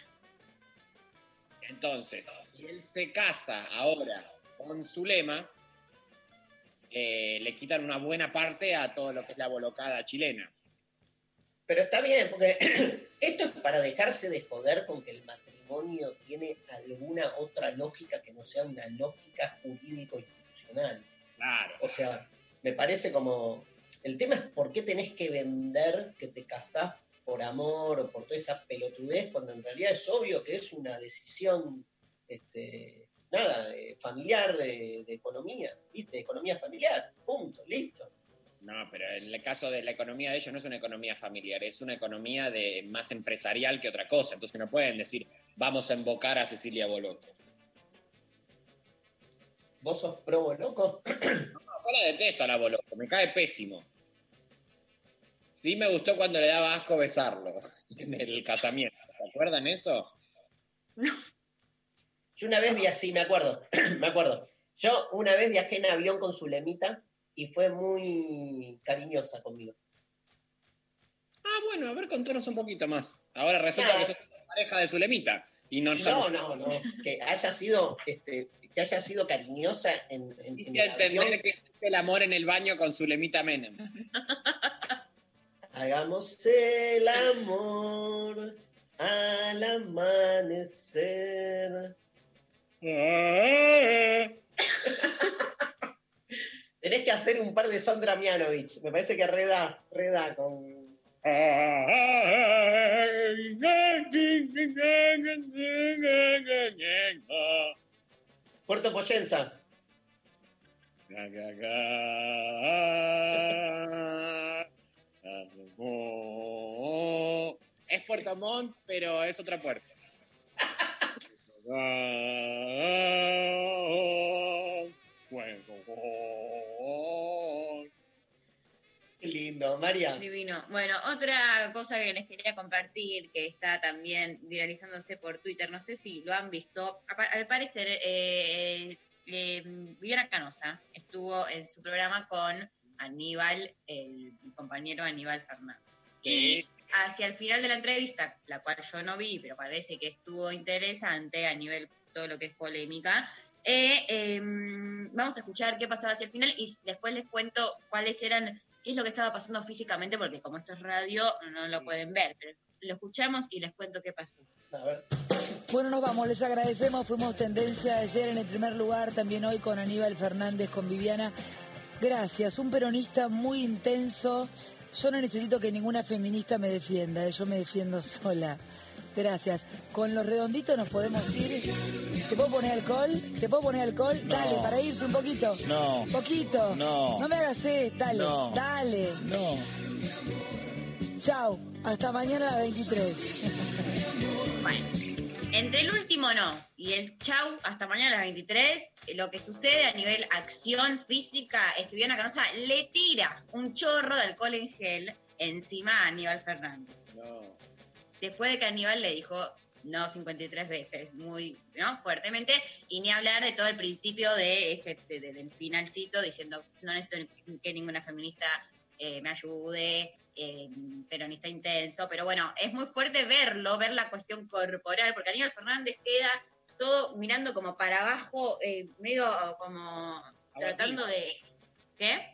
Entonces, si él se casa ahora con Zulema, le quitan una buena parte a todo lo que es la bolocada chilena. Pero está bien, porque esto es para dejarse de joder con que el matrimonio tiene alguna otra lógica que no sea una lógica jurídico-institucional. Claro. O sea, me parece como... El tema es por qué tenés que vender que te casás por amor o por toda esa pelotudez, cuando en realidad es obvio que es una decisión, familiar, de economía, ¿viste? De economía familiar, punto, listo. No, pero en el caso de la economía de ellos no es una economía familiar, es una economía más empresarial que otra cosa. Entonces no pueden decir, vamos a invocar a Cecilia Boloco. ¿Vos sos pro Boloco? No, yo la detesto a la Boloco, me cae pésimo. Sí me gustó cuando le daba asco besarlo en el casamiento. ¿Se acuerdan eso? No. Yo una vez vi así, me acuerdo. Yo una vez viajé en avión con Zulemita y fue muy cariñosa conmigo. Ah, bueno, a ver, contanos un poquito más. Ahora resulta que sos pareja de Zulemita. Y no, que haya sido cariñosa en entender que es el amor en el baño con Zulemita Menem. Hagamos el amor al amanecer. Tenés que hacer un par de Sandra Mianovich. Me parece que reda con... Puerto Poyenza. Es Puerto Montt, pero es otra puerta. Qué lindo, María. Divino. Bueno, otra cosa que les quería compartir, que está también viralizándose por Twitter, no sé si lo han visto, al parecer Viviana Canosa estuvo en su programa con Aníbal, el compañero Aníbal Fernández. Y hacia el final de la entrevista, la cual yo no vi, pero parece que estuvo interesante a nivel todo lo que es polémica, vamos a escuchar qué pasaba hacia el final y después les cuento qué es lo que estaba pasando físicamente, porque como esto es radio, no lo pueden ver, pero lo escuchamos y les cuento qué pasó. A ver. Bueno, nos vamos, les agradecemos, fuimos tendencia ayer en el primer lugar, también hoy con Aníbal Fernández, con Viviana. Gracias, un peronista muy intenso. Yo no necesito que ninguna feminista me defienda, yo me defiendo sola. Gracias. Con los redonditos nos podemos ir. ¿Te puedo poner alcohol? No. Dale, para irse un poquito. No. Poquito. No. No me hagas dale. No. Dale. No. Chao. Hasta mañana a las 23. Bueno, entre el último no y el chau hasta mañana a las 23, lo que sucede a nivel acción física es que Viviana Canosa le tira un chorro de alcohol en gel encima a Aníbal Fernández. No. Después de que Aníbal le dijo no 53 veces, muy fuertemente, y ni hablar de todo el principio de del finalcito, diciendo no necesito que ninguna feminista me ayude, peronista intenso, pero bueno, es muy fuerte ver la cuestión corporal, porque Aníbal Fernández queda todo mirando como para abajo, medio como tratando de... ¿Qué?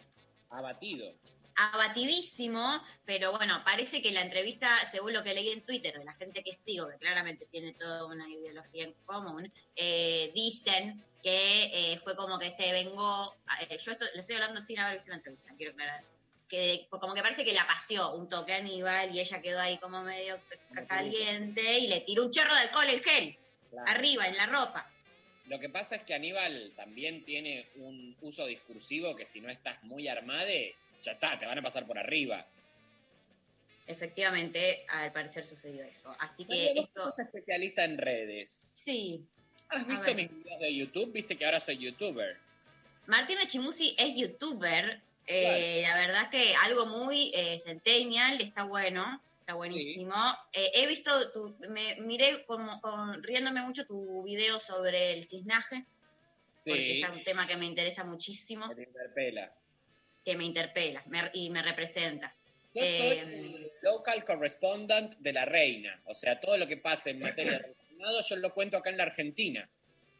Abatidísimo, pero bueno, parece que la entrevista, según lo que leí en Twitter de la gente que sigo, que claramente tiene toda una ideología en común, dicen que fue como que se vengó, yo esto lo estoy hablando sin haber visto una entrevista, quiero aclarar, que como que parece que la paseó un toque a Aníbal y ella quedó ahí como medio caliente y le tiró un chorro de alcohol en gel, arriba, en la ropa. Lo que pasa es que Aníbal también tiene un uso discursivo que si no estás muy armade, ya está, te van a pasar por arriba. Efectivamente, al parecer sucedió eso. Así que María, vos esto... sos especialista en redes. Sí. ¿Has visto mis videos de YouTube? Viste que ahora soy youtuber. Martín Rechimusi es youtuber. Claro. La verdad es que algo muy centennial, está bueno, está buenísimo. He visto, miré riéndome mucho tu video sobre el cisnaje, porque es un tema que me interesa muchísimo. Que te interpela. Que me interpela y me representa. Yo soy local correspondent de La Reina. O sea, todo lo que pasa en materia de Senado, yo lo cuento acá en la Argentina.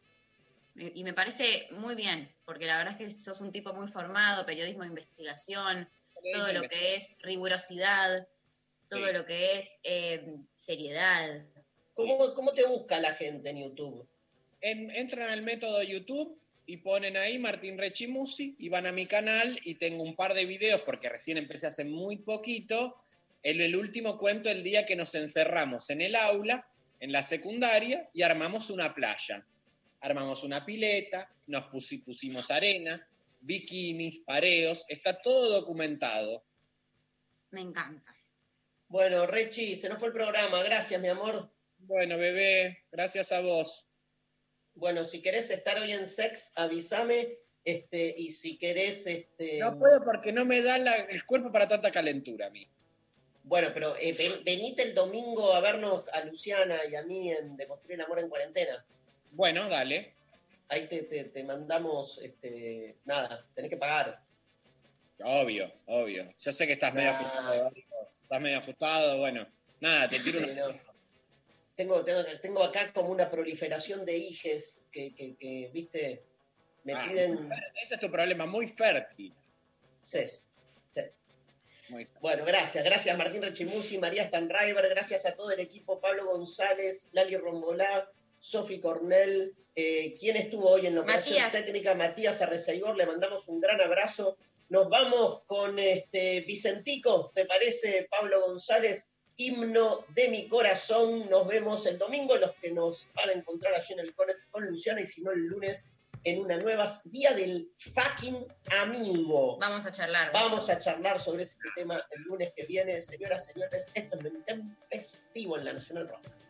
Y me parece muy bien, porque la verdad es que sos un tipo muy formado, periodismo de investigación, todo lo que es rigurosidad, todo lo que es seriedad. ¿Cómo te busca la gente en YouTube? Entran al método YouTube y ponen ahí Martín Rechimusi y van a mi canal y tengo un par de videos porque recién empecé hace muy poquito. El último cuento el día que nos encerramos en el aula, en la secundaria, y armamos una playa. Armamos una pileta, nos pusimos arena, bikinis, pareos, está todo documentado. Me encanta. Bueno, Rechi, se nos fue el programa. Gracias, mi amor. Bueno, bebé, gracias a vos. Bueno, si querés estar hoy en Sex, avísame. Y si querés... No puedo porque no me da el cuerpo para tanta calentura a mí. Bueno, pero venite el domingo a vernos a Luciana y a mí en Deconstruir el Amor en Cuarentena. Bueno, dale. Ahí te mandamos, nada, tenés que pagar. Obvio. Yo sé que estás medio ajustado. Estás medio ajustado, bueno. Nada, te tiro una... Tengo acá como una proliferación de hijes que viste, me piden... Ese es tu problema, muy fértil. Sí. Bueno, gracias Martín Rechimusi, María Stanraiver, gracias a todo el equipo, Pablo González, Lali Rombolá, Sofi Cornell, quien estuvo hoy en la operación técnica, Matías Arreceibor, le mandamos un gran abrazo. Nos vamos con Vicentico, ¿te parece, Pablo González? Himno de mi corazón. Nos vemos el domingo, los que nos van a encontrar allí en el Conex con Luciana, y si no el lunes en una nueva Día del Fucking Amigo. Vamos a charlar. Vamos a charlar sobre este tema el lunes que viene. Señoras, señores, esto es Intempestivo en la Nacional Rock.